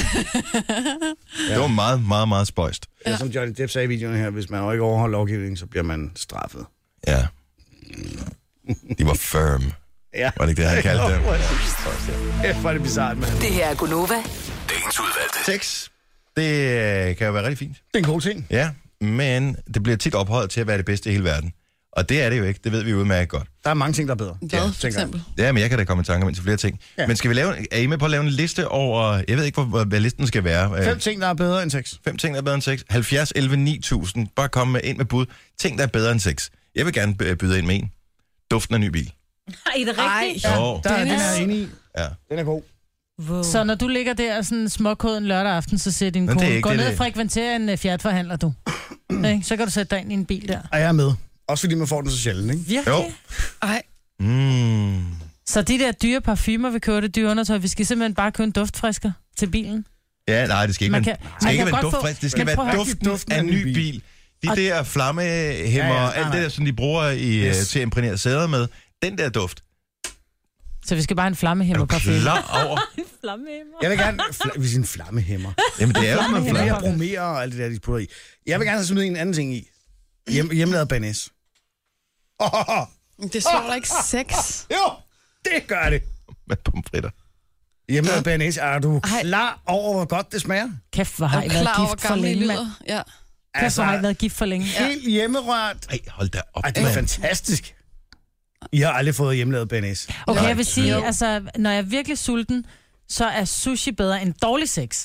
Det var meget, meget, meget spøjst. Ja, som Johnny Depp sagde i videoen her, hvis man ikke overholder lovgivningen, så bliver man straffet. Ja. De var firm. Ja. Var det ikke det, han kaldte dem? Ja, var det bizarrt, mand. Det her er Gunova. Dagens udvalgte. Sex, det kan jo være rigtig fint. Det er en god ting. Ja, men det bliver tit ophøjet til at være det bedste i hele verden. Og det er det jo ikke, det ved vi udmærket godt. Der er mange ting, der er bedre. Hvad, for eksempel? Ja, men jeg kan da komme i tanke om til flere ting. Ja. Men skal vi lave, er I med på at lave en liste over, jeg ved ikke, hvor, hvad listen skal være. Fem ting, der er bedre end sex. Fem ting, der er bedre end sex. halvfjerds elleve ni tusind. Bare kom med ind med bud. Ting, der er bedre end sex. Jeg vil gerne byde ind med en. Duften af ny bil. Ej, er det rigtigt? Ja, der, den er jeg enig i. Ja. Den er god. Wow. Så når du ligger der sådan småkåden lørdag aften, så siger din kone, gå ned og frekventere en uh, Fiat-forhandler, du. Okay, så kan du sætte dig ind i en bil der. Og jeg er med. Også fordi man får den så sjældent, ikke? Virkelig? Jo. Ej. Mm. Så de der dyre parfumer, vi kører det dyre undertøj, vi skal simpelthen bare købe en duftfrisker til bilen? Ja, nej, det skal ikke, man kan, man, skal ikke være duftfrisk. Det skal være duften, duften af en ny bil. bil. De og der flammehæmmer, ja, ja, alt det der, som de bruger i, yes. til at imprægnere sæder med, den der duft. Så vi skal bare have en flammehæmmer parfume. Klar over. En flammehæmmer. Jeg vil gerne... Fl- vi siger en flammehæmmer. Jamen, det er jo med flamme. Jeg bromerer og alt det der, de putter i. Jeg vil gerne have smidt en anden ting i. Hjem, hjemmelavet banæs. Oh, oh, oh. Det svarer oh, ikke sex. Jo, det gør det. Med pomfritter. Hjemmelavet banæs. Er du klar over, hvor godt det smager? Kæft, hvor har I været gift for længe, mand. Ja. Kæft, hvor har I været gift for længe. Helt hjemmerørt. Ej, hold da op. Ej, det er fantastisk. I har aldrig fået hjemmelavet banæs. Okay, jeg vil sige, altså, når jeg er virkelig sulten, så er sushi bedre end dårlig sex.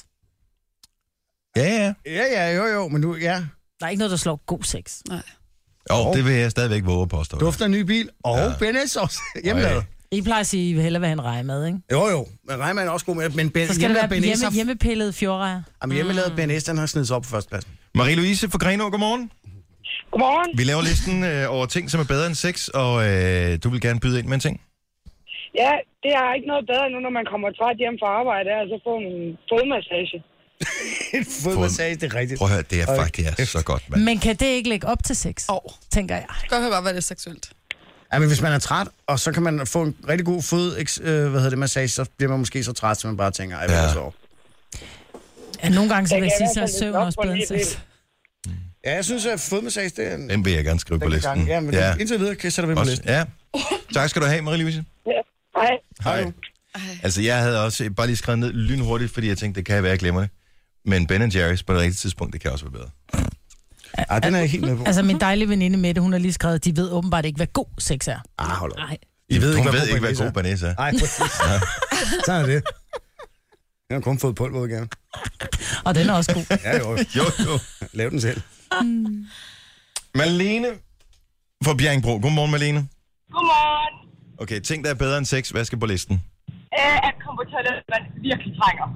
Ja, ja. Ja, ja, jo, jo, men nu, ja. Der er ikke noget, der slår god sex. Nej. Jo, det vil jeg stadigvæk våge at påstå. Dufter en ny bil, og ja. Banæs også hjemmelavet. I plejer at sige, at I vil hellere være en rejemad, ikke? Jo, jo, men rejemad er også god med, men ben, så skal det være hjemme, hjemmepillet fjordrejer. Jamen, hjemmelavet mm. banæs, den har snedet sig op på førstepladsen. Marie-Louise fra Grenaa, godmorgen. Godmorgen. Vi laver listen øh, over ting, som er bedre end sex, og øh, du vil gerne byde ind med en ting? Ja, det er ikke noget bedre nu, når man kommer træt hjem fra arbejde, og så får man en fodmassage. En fodmassage, det er rigtigt. Prøv at høre, det er faktisk okay. så godt, mand. Men kan det ikke lægge op til sex? Åh, oh. tænker jeg. Det kan godt være, det er seksuelt. Ja, men hvis man er træt, og så kan man få en rigtig god fod, øh, hvad hedder det, massage, så bliver man måske så træt, så man bare tænker, ej, hvad er så? Ja, nogle gange, så vil jeg sige, så er søvn også bedre end sex. Ja, jeg synes, at fodmassage, det er en... Den vil jeg gerne skrive på listen. Ja, men ja. indtil videre kan jeg sætte det på listen. Ja. Tak skal du have, Marie-Louise. Ja, hej. Hej. Altså, jeg havde også bare lige skrevet ned lynhurtigt, fordi jeg tænkte, det kan være, jeg glemmer det. Men Ben and Jerry's på det rigtige tidspunkt, det kan også være bedre. Ja, den er jeg helt med på. Altså, min dejlige veninde Mette, hun har lige skrevet, de ved åbenbart ikke, hvad god sex er. Ah, hold op. Nej. I ved ikke, hvad, ved ikke, hvad god banæs er. Nej, præcis. Ja. Så er det. Jeg har kun fået pulverudgave. Og den er også god. Ja, jo. jo, jo. Lav den selv. Mm. Malene fra Bjerringbro. Godmorgen, Malene. Godmorgen. Okay, ting, der er bedre end sex. Hvad skal på listen? Æh, at komme på toilettet, man virkelig trænger.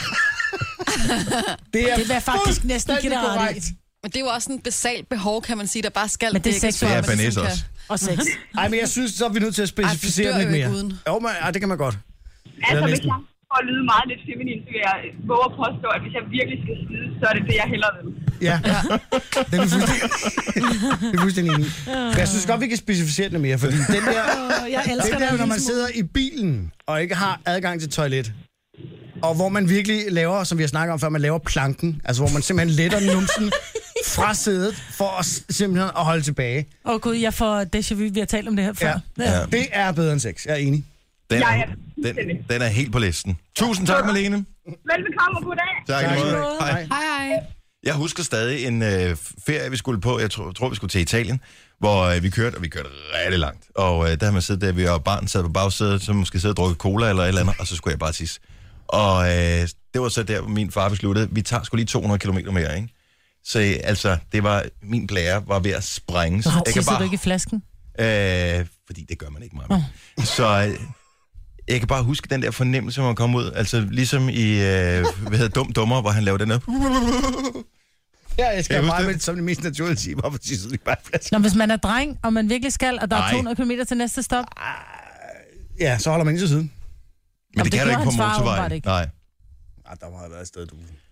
det, er det vil jeg faktisk næsten give dig ret i. Men det er jo også en basalt behov, kan man sige, der bare skal... Men det er sex, det er banæs også. Og sex. Ej, men jeg synes, så er vi nødt til at specificere Ej, lidt mere. Uden. Jo, men ja, det kan man godt. Altså, hvis jeg får at lyde meget lidt feminin, så vil jeg våge at påstå, at hvis jeg virkelig skal skide, så er det det, jeg hellere vil. Ja, ja. Det er fuldstændig, det er fuldstændig enig. Men jeg synes godt, vi kan specificere det mere, fordi den der, oh, jeg elsker den der når man sidder i bilen og ikke har adgang til toilet, og hvor man virkelig laver, som vi har snakket om før, man laver planken, altså hvor man simpelthen letter numsen fra sædet for at simpelthen at holde tilbage. Åh oh, gud, jeg får déjà vu, vi har talt om det her før. Ja. Ja. Det er bedre end sex, jeg er enig. Den er, den, den er helt på listen. Tusind tak, Malene. Velbekomme og goddag. Tak, tak. Hej. Hej, hej. Jeg husker stadig en øh, ferie, vi skulle på. Jeg tror, tror vi skulle til Italien, hvor øh, vi kørte, og vi kørte rigtig langt. Og øh, der har man siddet der, vi var barn, sad på bagsædet, så måske sidde og drukke cola eller et eller andet, og så skulle jeg bare tisse. Og øh, det var så der, hvor min far besluttede, vi tager sgu lige to hundrede kilometer mere, ikke? Så øh, altså, det var, min blære var ved at sprænges. Nå, jeg tisser bare, du ikke i flasken? Øh, fordi det gør man ikke meget. Oh. Så øh, jeg kan bare huske den der fornemmelse, hvor man kom ud. Altså ligesom i, øh, hvad hedder Dum Dummer, hvor han lavede den op. Ja, jeg skal jeg meget det? med det som det mest naturlige sige. Hvorfor tisser du ikke bare i flasken? Nå, hvis man er dreng, og man virkelig skal, og der Ej. er to hundrede kilometer til næste stop. Ja, så holder man ind til siden. Men Jamen, det, det kan du gjorde ikke på hans far åbenbart motorvejen. ikke. Nej. Ah, der må have været et sted, du...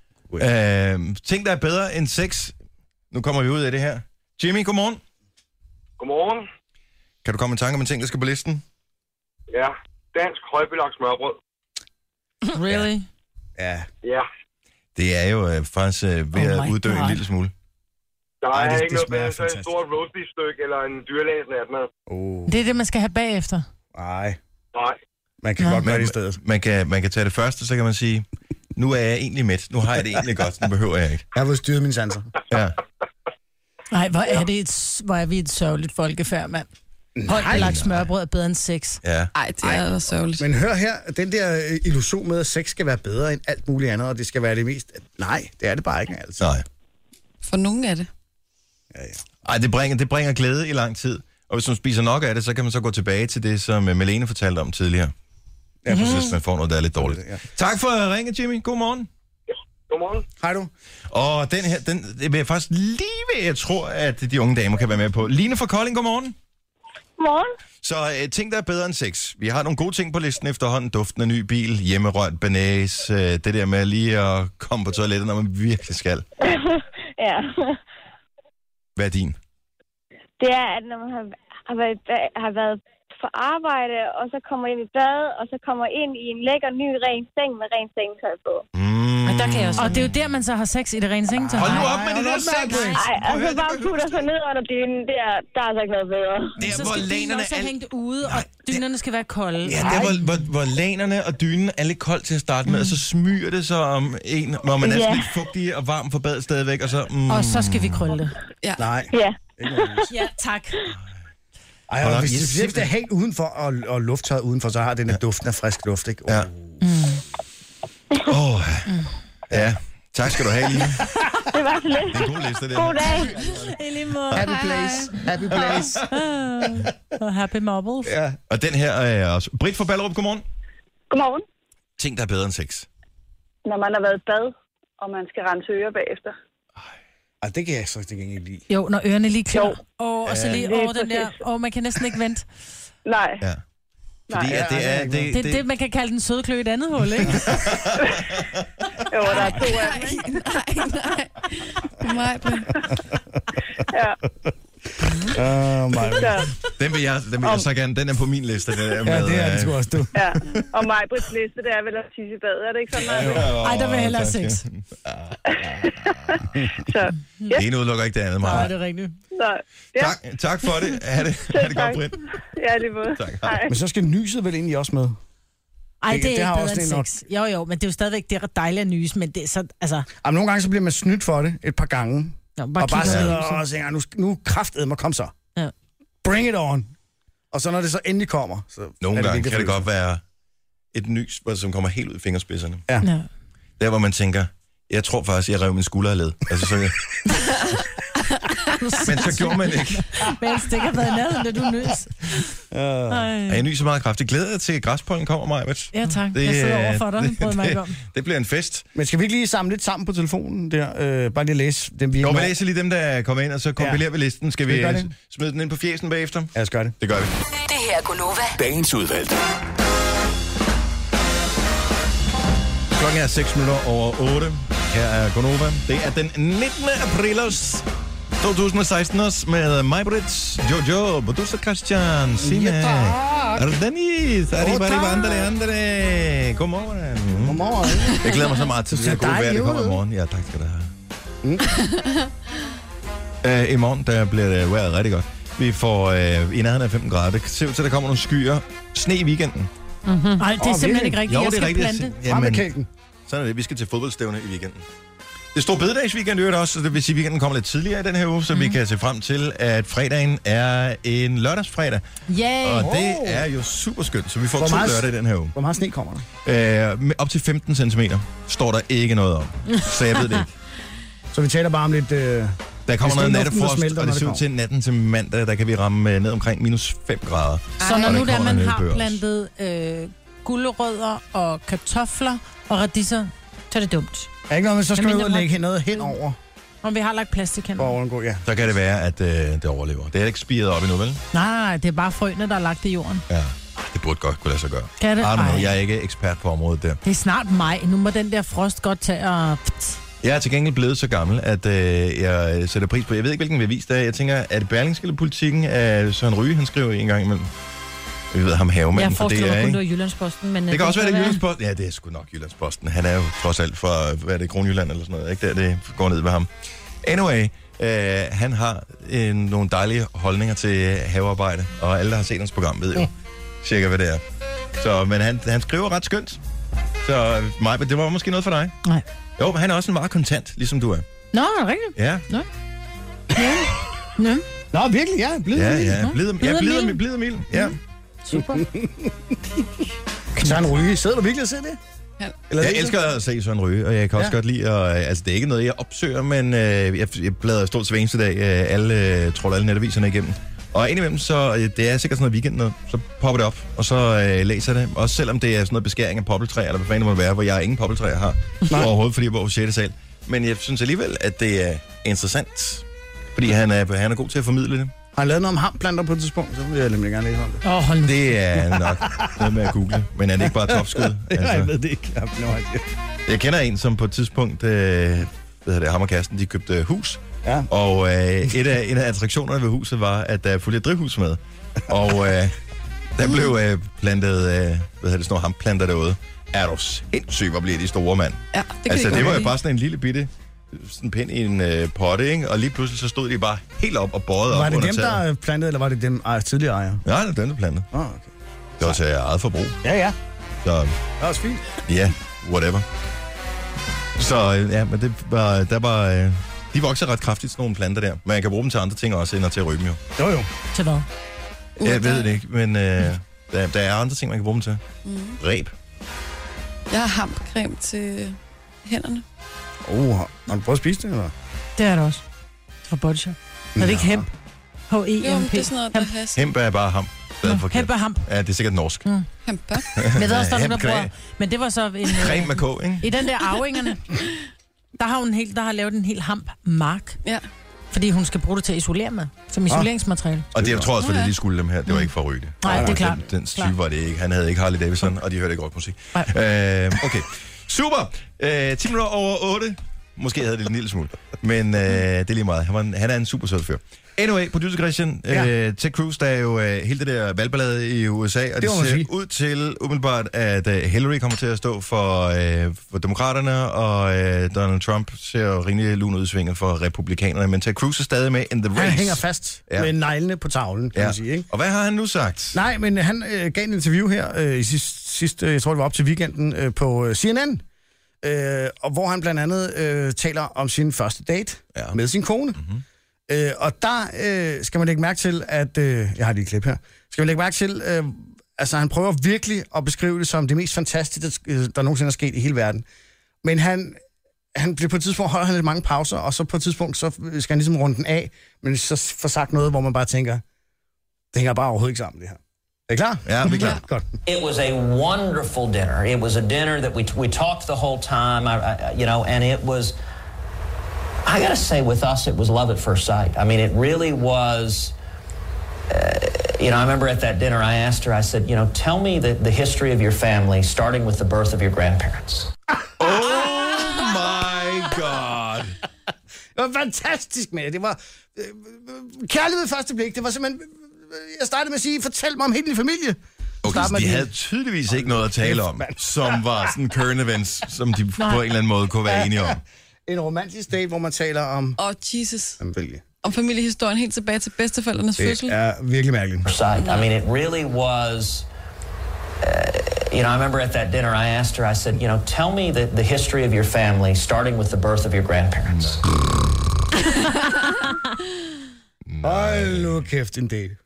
Øh, ting, der er bedre end sex. Nu kommer vi ud af det her. Jimmy, godmorgen. Godmorgen. Kan du komme i tanke om en ting, der skal på listen? Ja, dansk højbelagt smørbrød. Really? Ja. Ja. Det er jo øh, faktisk øh, ved Oh at my uddø God. en lille smule. Der Ej, er det- ikke det noget smager bedre så et fantastisk. stort roastbeef-stykke eller en dyrlægens natmad. Oh. Det er det, man skal have bagefter. Nej, Nej. man kan Ja. godt gøre Man, det i stedet. man, kan, man kan tage det første, så kan man sige, nu er jeg egentlig mæt. Nu har jeg det egentlig godt, nu behøver jeg ikke. Jeg har fået styret mine sanser. Ja. Nej, hvor er, det et, hvor er vi et sørgeligt folkefærd, mand. Højt belagt smørbrød er bedre end sex. Ja. Ej, det er da sørgeligt. Men hør her, den der øh, illusion med, at sex skal være bedre end alt muligt andet, og det skal være det mest... Nej, det er det bare ikke, altså. Nej. For nogen er det. Ja, ja. Ej, det bringer, det bringer glæde i lang tid. Og hvis man spiser nok af det, så kan man så gå tilbage til det, som øh, Malene fortalte om tidligere. Ja, for hvis man får noget, der er lidt dårligt. Ja. Tak for at ringe, Jimmy. God morgen. Godmorgen. Hej du. Og den her, den, det vil jeg faktisk lige ved, jeg tror, at de unge damer kan være med på. Line fra Kolding, godmorgen. Godmorgen. Så øh, ting, der er bedre end sex. Vi har nogle gode ting på listen efterhånden. Duften af ny bil, hjemmerørt banæs, øh, det der med lige at komme på toilettet, når man virkelig skal. Ja. Hvad er din? Det er, at når man har, har, været, har været på arbejde, og så kommer ind i bad, og så kommer ind i en lækker, ny, ren seng med ren sengetøj på. Mm. Og der kan jeg også. Og det er jo der, man så har sex i det rene sengetøj. Hold nu op med det der sex! Ej, og så bare putter sig ned under dynen, det er, der er altså ikke noget bedre. Der, Så hvor skal dynen lanerne også er... hængt ude, og dynerne skal være kolde. Ja, der hvor, hvor, hvor lanerne og dynen er lidt koldt til at starte med, mm. og så smyger det sig om en, hvor man er sådan Ja. lidt fugtig og varm for badet stadigvæk, og så... Mm. Og så skal vi krølle det. Nej. Ja. Ikke noget. Ja, tak. Ej, Hold og op, hvis, jeg hvis, hvis det er helt udenfor, og, og lufttøjet udenfor, så har den her duften af frisk luft, ikke? Ja. Mm. Åh, oh, ja. Tak skal du have, Line. Det var så lidt. Det er en god liste, det God dag. I lige måde. Happy place. Happy place. Og happy marbles. Ja. Og den her er også... Britt fra Ballerup, godmorgen. Godmorgen. Ting, der er bedre end sex. Når man har været i bad, og man skal rense ører bagefter. Ej, det kan jeg så ikke ikke lide. Jo, når ørerne lige klør. Jo. Åh, og så lige Lige over den der... præcis. Åh, man kan næsten ikke vente. Nej. Ja. Fordi Nej. at det er... Det, Det er det, det, man kan kalde den søde klø i et andet hul, ikke? Jo, der er to af dem. ikke? Nej, nej. Nej, Ja. Åh, mig. Så, den vil jeg, den vil jeg så gerne... Den er på min liste. Den der med, Ja, det er det øh, sgu også, du. ja. Og mig på et liste, det er vel at tisse i bad. Er det ikke sådan noget? Ej, der vil jeg hellere tak skal- sex. Så, Det ene udelukker ikke det andet, Nej, Maja. det er rigtigt. så ja. Tak, tak for det. Ha' det, ha det godt, tak. Britt. Ja, lige måde. Tak. Hej. Men så skal nyset vel egentlig også med. Ej, Det- det er det har ikke også bedre det end sex. Jo, jo, men det er jo stadigvæk det er dejligt at nys, men det er så, altså... Jamen, nogle gange så bliver man snydt for det et par gange. Jo, bare Og bare kigger sidder ned. og tænker, nu, nu kraftedeme mig, kom så. Ja. Bring it on. Og så når det så endelig kommer, så Nogle er gange virkelig kan det følelsen. godt være et nys, hvor- som kommer helt ud i fingerspidserne. Ja. Der, hvor man tænker, jeg tror faktisk, jeg rev min skulder af led. Altså, så... Men så gjorde man ikke. Men det ikke har været i nærheden, da du nys. Uh. Er jeg ny så meget kraftigt? Glæder jeg til, at græspollen kommer, Majbert? Ja, tak. Jeg sidder over for dig. det, Bryder mig ikke om. det, det bliver en fest. Men skal vi ikke lige samle lidt sammen på telefonen der? Øh, bare lige læse dem, vi Jo, ikke vi når? læser lige dem, der kommer ind, og så kompilerer vi listen. Skal vi Vi gør det. øh, smide den ind på fjesen bagefter? Ja, jeg skal gøre det. Det gør vi. Det her er Gunova. Dagens udvalgte. Klokken er seks minutter over otte. Her er Gonova. Det er den nittende april to tusind og seksten med Majbrit, Jojo, producer Christian, Signe, Dennis, Arriba, Arriba, Andale, Andale. Godmorgen. Godmorgen. Jeg glæder mig så meget til, Du at det ser her gode vejr, det dejlig kommer ud. i morgen. Ja, tak skal du have. Mm. uh, I morgen, der bliver det vejret rigtig godt. Vi får uh, i nærheden af femten grader. Det ser ud til, at der kommer nogle skyer. Sne i weekenden. Mm-hmm. Nej, det er Åh, simpelthen virkelig? ikke rigtigt. Jo, Jeg det er skal rigtigt. plante. Frem med kækken. Sådan er det. Vi skal til fodboldstævne i weekenden. Det står bededagsweekend i øvrigt også, så det vil sige, at weekenden kommer lidt tidligere i den her uge, så mm. vi kan se frem til, at fredagen er en lørdagsfredag. Yay! Og det er jo super skønt, så vi får Hvor to meget- lørdag i den her uge. Hvor meget sne kommer der? Øh, med op til femten centimeter står der ikke noget om, så jeg ved det ikke. Så vi taler bare om lidt... Øh... Der kommer Hvis noget det er luften, der nattefrost, smelter, og når det det ser ud kommer. til natten til mandag, der kan vi ramme øh, ned omkring minus fem grader. Så når Og nu det der kommer man ned har på os. plantet øh, gulerødder og kartofler og radiser, så er det dumt. Er ikke noget, men så skal Men man ud og mindre- lægge noget hen over. Og vi har lagt plastik hen. For at undgå, ja. Så kan det være, at øh, det overlever. Det er ikke spiret op endnu, vel? Nej, nej, nej, det er bare frøene, der er lagt i jorden. Ja. Det burde godt kunne lade sig gøre. Kan det? I don't know, Ej. jeg er ikke ekspert på området der. Det er snart maj. Nu må den der frost godt tage og... Jeg er til gengæld blevet så gammel, at øh, jeg sætter pris på... Jeg ved ikke, hvilken avis det er. Jeg tænker, er det Berlingske eller Politikken af Søren Ryge, han skriver en gang imellem? Vi ved ham Jeg havemanden for det forestiller er, mig kun, ikke? det var Jyllandsposten. Men Det kan også være, det er Jyllandsposten. Ja, det er sgu nok Jyllandsposten. Han er jo trods alt fra, hvad er det, Kronjylland eller sådan noget. Ikke der, det går ned ved ham. Anyway, øh, han har øh, nogle dejlige holdninger til havearbejde, og alle, der har set hans program, ved jo cirka, hvad det er. Så, men han, han skriver ret skønt. Så Maja, det var måske noget for dig. Nej. Jo, men han er også en meget kontant, ligesom du er. Nå, er det rigtigt? Ja. Nå. Ja. Nå. Nå, virkelig, ja. Blid, Ja, blid. ja. Blid, ja, blid, blid, blid, blid, ja. Super. Søren Ryge, sidder du virkelig og ser det? Ja. Eller Jeg det elsker at se Søren Ryge, og jeg kan også Ja. godt lide, at, altså det er ikke noget, jeg opsøger, men øh, jeg, jeg bladrer stort til hver eneste dag, øh, alle, øh, tror alle netaviserne igennem. Og indimellem, så øh, det er sikkert sådan noget weekend noget, så popper det op, og så øh, læser jeg det. Også selvom det er sådan noget beskæring af poppeltræer, eller hvad fanden det må være, hvor jeg ingen poppeltræer har overhovedet, fordi jeg bor på sjette sal. Men jeg synes alligevel, at det er interessant, fordi han er, han er god til at formidle det. Har han lavet noget om hamplanter på et tidspunkt? Så vil jeg nemlig gerne læse om det. Åh, oh, hold nu. Det er nok noget med at google, men er det ikke bare topskud? Ja, jeg ved det ikke. Jeg, har no idea. Jeg kender en, som på et tidspunkt, øh, hvad hedder det, ham og Karsten, de købte hus. Ja. Og øh, et af, en af attraktionerne ved huset var, at der fulgte et drivhus med. Og øh, der blev øh, plantet, øh, hvad hedder det, sådan nogle hampplanter derude. Er du sindssygt, hvor bliver de store, mand? Ja, det kan Altså, de det godt var jo lide. bare sådan en lille bitte sådan pind i en øh, potte, ikke? Og lige pludselig så stod de bare helt op og bøjet op Var det under dem, taget. der plantede, eller var det dem ej, tidligere ejere? Ja, det er dem, der plantede. Åh, oh, okay. Det var til eget forbrug. Ja, ja. Så Det er også fint. ja, whatever. Så øh, ja, men det var, der var... Øh, de vokser ret kraftigt, sådan nogle planter der. Man kan bruge dem til andre ting også, end at til at ryge dem jo. Jo, jo. Til hvad? Jeg ved det ikke, men øh, der, der er andre ting, man kan bruge dem til. Mm. Ræb. Jeg har hampcreme til hænderne. Oh, har du prøvet at spise det, eller? Det er det også. Fra Body Shop. Er det ikke hemp? H E Jo, M det P. er sådan noget, der has. Hemp er bare ham. Stadig forkert. Hemp og hamp. Ja, det er sikkert norsk. Mm. Hempa. Men jeg ved også, der er nogen, der Hempcreme. bruger... Men det var så en... øh, Creme med K, ikke? I den der arvingerne, der har hun helt, der har lavet en helt hamp-mark. Ja. Fordi hun skal bruge det til at isolere med. Som isoleringsmateriale. Og det jeg tror også, Nå, fordi ja. de skulle dem her. Det var ikke for at ryge det. Nej, det er klart. Den, den Klart. type var det ikke. Han havde ikke Harley Davidson, og de hørte ikke rockmusik. Nej. Øh, okay. Super. Øh, ti minutter over otte. Måske havde det en lille smule. Men øh, det er lige meget. Han, var en, han er en super sød fyr. Anyway, producer Christian, Ja. øh, Ted Cruz, der er jo øh, hele det der valgballade i U S A, og det, Det må man ser sige. ud til umiddelbart, at øh, Hillary kommer til at stå for, øh, for demokraterne, og øh, Donald Trump ser jo rimelig lun ud i svinget for republikanerne, men Ted Cruz er stadig med in the race. Han hænger fast Ja. ja. med neglene på tavlen, kan Ja. man sige, ikke? Og hvad har han nu sagt? Nej, men han øh, gav en interview her øh, i sidste, sidste, jeg tror det var op til weekenden, øh, på øh, C N N, øh, og hvor han blandt andet øh, taler om sin første date Ja. ja. med sin kone. Mm-hmm. Øh, og der øh, skal man lægge mærke til, at... Øh, jeg har lige et klip her. Skal man lægge mærke til, øh, altså han prøver virkelig at beskrive det som det mest fantastiske, der, der nogensinde er sket i hele verden. Men han, han bliver på et tidspunkt, holder han lidt mange pauser, og så på et tidspunkt, så skal han ligesom runde den af, men så får sagt noget, hvor man bare tænker, det hænger bare overhovedet ikke sammen, det her. Er I klar? Ja, vi er klar. Godt. It was a wonderful dinner. It was a dinner that we we talked the whole time, I, I, you know, and it was. I gotta say, with us, it was love at first sight. I mean, it really was. Uh, you know, I remember at that dinner, I asked her. I said, you know, tell me the the history of your family, starting with the birth of your grandparents. Oh my god. Det var fantastisk med det. var øh, øh, kærlighed ved første blik. Det var simpelthen... Øh, jeg startede med at sige, fortæl mig om hele din familie. Okay, Start så med de din- havde tydeligvis ikke noget at tale om, mand. som var sådan current events, som de på en eller anden måde kunne være enige om. En romantisk date, hvor man taler om... Og Jesus. Familie. Om familiehistorien helt tilbage til bedsteforældrenes fødsel. Det er virkelig mærkeligt. Sight. I mean, it really was. Uh, You know, I remember at that dinner, I asked her, I said, you know, tell me the, the history of your family, starting with the birth of your grandparents. Hold nu kæft, en date.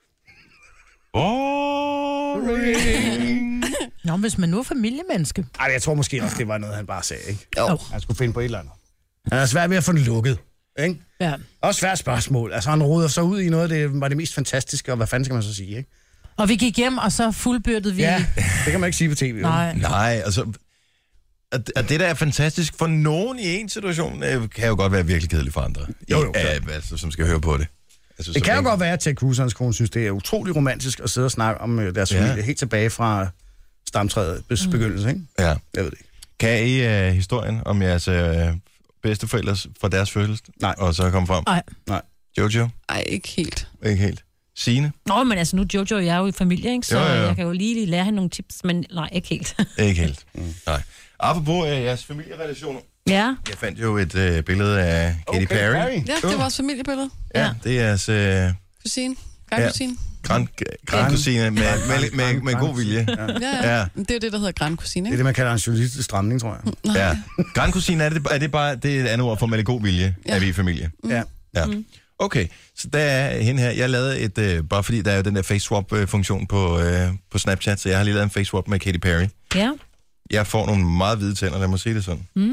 Boring. Nå, hvis man nu er familiemenneske. Ej, jeg tror måske også, det var noget, han bare sagde, ikke? Jo. Han skulle finde på et eller andet. Han er svært ved at få den lukket, ikke? Ja. Også svært spørgsmål. Altså, han roder så ud i noget, det var det mest fantastiske, og hvad fanden skal man så sige, ikke? Og vi gik hjem, og så fuldbyrdede vi... Ja, det kan man ikke sige på tv. Nej. Nej, altså... At, at det, der er fantastisk for nogen i en situation, øh, kan jo godt være virkelig kedeligt for andre. Jo, jo. Ja, altså, som skal høre på det. Altså, Det kan jo ikke... godt være, at Ted Cruz og hans kone synes, det er utrolig romantisk at sidde og snakke om øh, deres Ja. familie, helt tilbage fra stamtræets begyndelse, ikke? Ja. Jeg ved det ikke. Kan I uh, historien om jeres uh, bedsteforældre fra deres fødselsdag? Nej. Og så komme frem? Nej. Nej. Jojo? Ej, ikke helt. Ikke helt. Signe? Nå, men altså nu Jojo og jeg er jo i familie, ikke? Så Jo, jo, jo. jeg kan jo lige lære hende nogle tips, men nej, ikke helt. Ikke helt. Mm. Nej. Apropos uh, jeres familierelationer. Ja. Jeg fandt jo et uh, billede af Katy Okay, Perry. Perry. Ja, det er vores familiebillede. Ja, Ja. det er jeres uh, Kusine. Ja. Grandkusine. grand, grandkusine med, med, med, med god vilje. Ja, ja. Ja. Det er jo det, der hedder grandkusine, Det er ikke? det, man kalder en journalistisk stramning, tror jeg. Ja. Grandkusine, er det, er det bare det er et andet ord for med god vilje, ja. Er vi i familie? Ja. Ja. Okay, så der er hende her. Jeg lavede et, øh, bare fordi der er jo den der face swap-funktion på, øh, på Snapchat, så jeg har lige lavet en face swap med Katy Perry. Ja. Jeg får nogle meget hvide tænder, lad mig sige det sådan. Mm.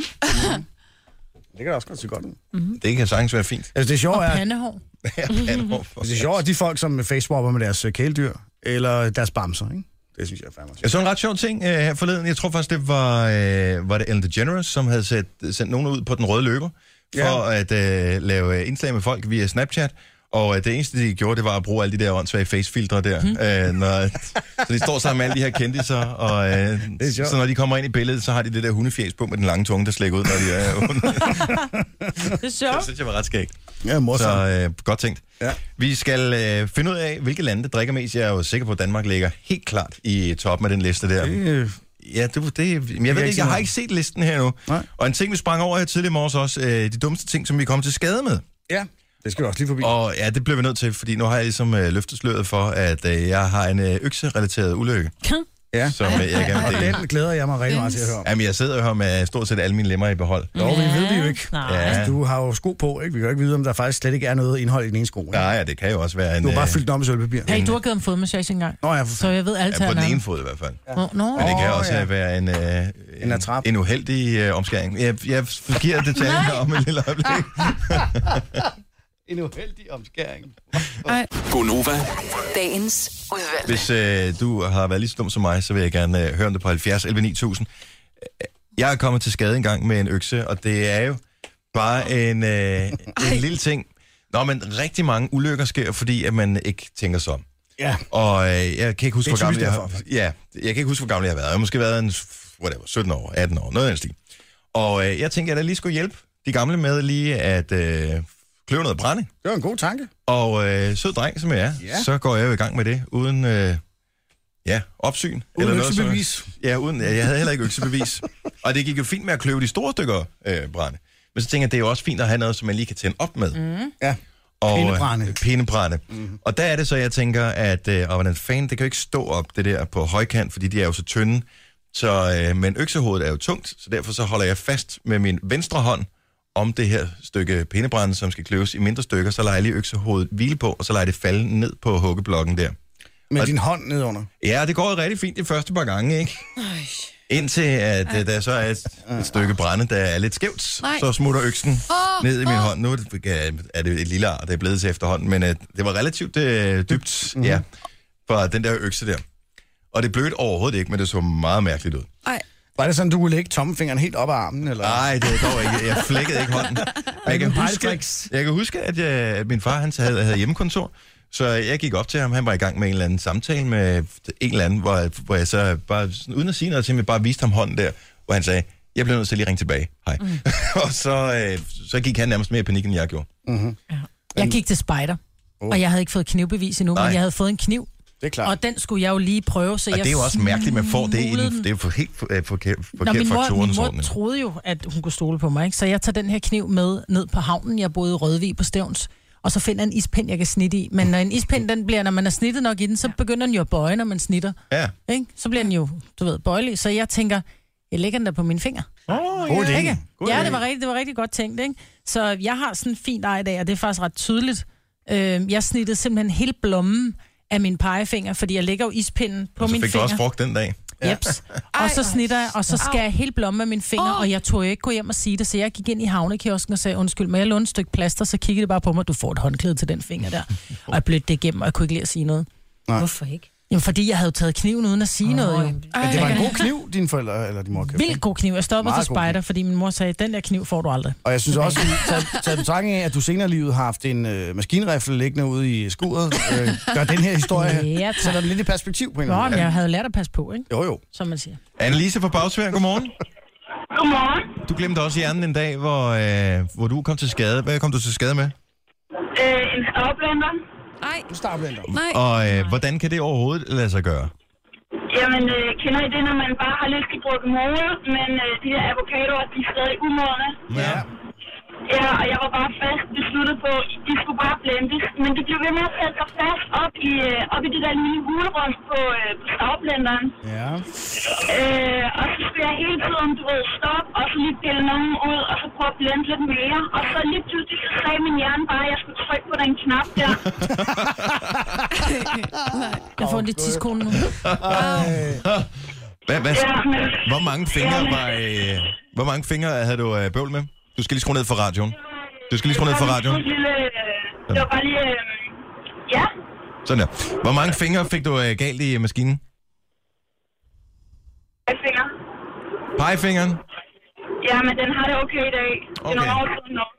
Det kan da også godt se godt ud. Mm-hmm. Det kan sagtens være fint. Altså, det sjove Og er, pandehår. Ja, pandehår for- det er sjovt, at de folk, som facewapper med deres øh, kæledyr, eller deres bamser, ikke? Det synes jeg er fandme Jeg så en ret sjov ting øh, her forleden. Jeg tror faktisk, det var, øh, var det Ellen DeGeneres, som havde set, sendt nogen ud på den røde løber, for ja. at øh, lave indslag med folk via Snapchat. Og øh, det eneste, de gjorde, det var at bruge alle de der åndssvage facefiltre der. Mm. Øh, når, så de står sammen med alle de her kendiser, og øh, så når de kommer ind i billedet, så har de det der hundefjæs på med den lange tunge, der slækker ud, når de er hunde. Det er Det sjovt. synes jeg var ret skægt. Ja, morsomt. Så øh, godt tænkt. Ja. Vi skal øh, finde ud af, hvilke lande, der drikker mest. Jeg er jo sikker på, at Danmark ligger helt klart i toppen af den liste der. Det, øh, Ja, det, det, men jeg ved ikke, jeg har ikke set listen her nu. Nej. Og en ting, vi sprang over her tidligere i morges også, øh, de dummeste ting, som vi kom til skade med. ja, det skal vi også lige forbi. Og ja, det bliver vi nødt til, fordi nu har jeg ligesom øh, løftet sløret for, at øh, jeg har en øh, økserelateret ulykke, Ja. som øh, jeg gerne Og vil dele. den glæder jeg mig rigtig meget til at høre om. Jamen, jeg sidder jo her med stort set alle mine lemmer i behold. Jo, vi ved det jo ikke. Nej. Ja. Du har jo sko på, ikke? Vi kan jo ikke vide, om der faktisk slet ikke er noget indhold i den ene sko. Ikke? Nej, ja, det kan jo også være en... Du har bare øh, fyldt den op med sølvpapir. Hey, du har givet en fodmassage engang. Nå, ja, for Så jeg ved alt ja, på den ene fod i hvert fald. Nå, nå. Men det kan Åh, også ja. være en, øh, En attrap. en uheldig øh, omskæring. Jeg, jeg giver detaljen her om et lille øjeblik. En uheldig omskæring. Ej. Gonova. Dagens udvalgte. Hvis øh, du har været lige så dum som mig, så vil jeg gerne øh, høre om det på halvfjerds elleve ni tusind. Jeg er kommet til skade engang med en økse, og det er jo bare en, øh, en lille ting. Nå, men rigtig mange ulykker sker, fordi at man ikke tænker sig om. Ja. Og øh, jeg kan ikke huske, Det er hvor gammel typisk jeg har derfor. Ja, jeg kan ikke huske, hvor gammel jeg har været. Jeg har måske været en, whatever, sytten år, atten år, noget af den stil. Og øh, jeg tænkte, at jeg da lige skulle hjælpe de gamle med lige at øh, kløve noget brænde. Det var en god tanke. Og øh, sød dreng, som jeg er, Ja. så går jeg jo i gang med det, uden øh, ja, opsyn. Uden noget, øksebevis. Så, ja, uden, ja, jeg havde heller ikke øksebevis. Og det gik jo fint med at kløve de store stykker øh, brænde. Men så tænker jeg, det er jo også fint at have noget, som man lige kan tænde op med. Mm. Ja. Og, Pindebrænde. øh, pindebrænde. Mm. Og der er det så, jeg tænker, at øh, og hvordan fanden, det kan jo ikke stå op, det der på højkant, fordi de er jo så tynde. Så, øh, men øksehovedet er jo tungt, så derfor så holder jeg fast med min venstre hånd om det her stykke pindebrænde, som skal kløves i mindre stykker, så lader jeg lige øksehovedet hvile på, og så lader jeg det falde ned på huggeblokken der. Med og, din hånd nedunder. Ja, det går rigtig fint de første par gange, ikke? Indtil at øh, der så er et, et stykke brænde, der er lidt skævt, Nej. så smutter øksen Åh, ned i min åh. hånd. Nu er det, er det et lille ar, det er blevet til efterhånden, men øh, det var relativt øh, dybt, mm-hmm. ja, for den der økse der. Og det blødte overhovedet ikke, men det så meget mærkeligt ud. Ej. Var det sådan, du kunne lægge tommelfingeren helt op ad armen? Eller? Nej, det går ikke. Jeg flækkede ikke hånden. Men jeg, kan en huske, pejleflex? jeg kan huske, at, jeg, at min far han havde, havde hjemmekontor, så jeg gik op til ham. Han var i gang med en eller anden samtale med en eller anden, hvor, hvor jeg så bare, sådan, uden at sige noget til ham, jeg bare viste ham hånden der, hvor han sagde, jeg bliver nødt til at lige ringe tilbage. Hej. Mm. Og så, øh, så gik han nærmest mere i panik, end jeg gjorde. Mm-hmm. Ja. Jeg gik til spejder, Oh. og jeg havde ikke fået knivbevis endnu, Nej. men jeg havde fået en kniv. Det er klart. Og den skulle jeg jo lige prøve, så Og jeg det er jo også mærkeligt, man får det i smuglede den, den. det er jo for helt øh, forkert, Nå, forkert min mor, faktorernes min mor orden. troede jo, at hun kunne stole på mig, ikke? Så jeg tager den her kniv med ned på havnen. Jeg boede i Rødvig på Stævns. og så finder jeg en ispind, jeg kan snitte i. Men når en ispind, den bliver, når man er snittet nok i den, så begynder den jo at bøje, når man snitter. Ja. Ikke? Så bliver den jo, du ved, bøjelig. Så jeg tænker, jeg lægger den der på mine fingre. Oh, God idé. Ikke? God Ja, idé. det var, rigtig, det var rigtig godt tænkt, ikke? Så jeg har sådan en fint ej i dag, og det er faktisk ret tydeligt. Øh, jeg snittede simpelthen hele blommen af min pegefinger, fordi jeg lægger jo ispinden på og så mine fik fingre. du også frugt den dag. Jeps. Og så snitter jeg, og så skærer jeg hele blommen af mine fingre, og jeg tog jo ikke gå hjem og sige det, så jeg gik ind i havnekiosken og sagde, undskyld, må jeg låne et stykke plaster, så kiggede det bare på mig, du får et håndklæde til den finger der. Og jeg blødte det igennem, og jeg kunne ikke lide at sige noget. Nej. Hvorfor ikke? Jamen, fordi jeg havde jo taget kniven uden at sige oh, noget, jo. Men det var en god kniv, dine forældre eller din mor købte. Vildt god kniv. Jeg stoppede Meget til god spejder, fordi min mor sagde, den der kniv får du aldrig. Og jeg synes også, at taget betragtning af, at du senere i livet har haft en øh, maskinrifle liggende ude i skuret, øh, gør den her historie, Ja, sætter den lidt i perspektiv på en Nå, eller men anden jeg havde lært at passe på, ikke? Jo, jo. Som man siger. Annelise fra Bagsvær, godmorgen. Godmorgen. Du glemte også hjernen en dag, hvor, øh, hvor du kom til skade. Hvad kom du til skade med? Øh, en stavblender. Nej. En stavblender? Nej. Og øh, hvordan kan det overhovedet lade sig gøre? Jamen, øh, kender I det, når man bare har lidt brugt mode, men øh, de her avocadoer, de er stadig umodne? Ja. Ja, og jeg var bare fast besluttet på, at de skulle bare blendes, men de blev ved med at sætte sig fast op i, øh, op i det der lille hulrum på, øh, på stavblenderen. Ja. Øh, og så skulle jeg hele tiden, du ved, stoppe, og så lige pille nogen ud, og så prøve at blende lidt mere. Og så lige pludselig, så sagde min hjerne bare, at jeg skulle trykke på den knap der. Jeg får en lidt tidskone nu. Hvad, hvad, Ja, men, hvor mange fingre ja, men- var øh, hvor mange fingre havde du øh, bøvl med? Du skal lige skrue ned for radioen. Du skal lige skrue ned for radioen. Det var lille, øh, det var bare lige, øh, ja. Sådan der. Hvor mange fingre fik du øh, galt i maskinen? Jeg finger. Pegefingeren? Ja, men den har det okay i dag. Det er Okay. nogle år siden nu.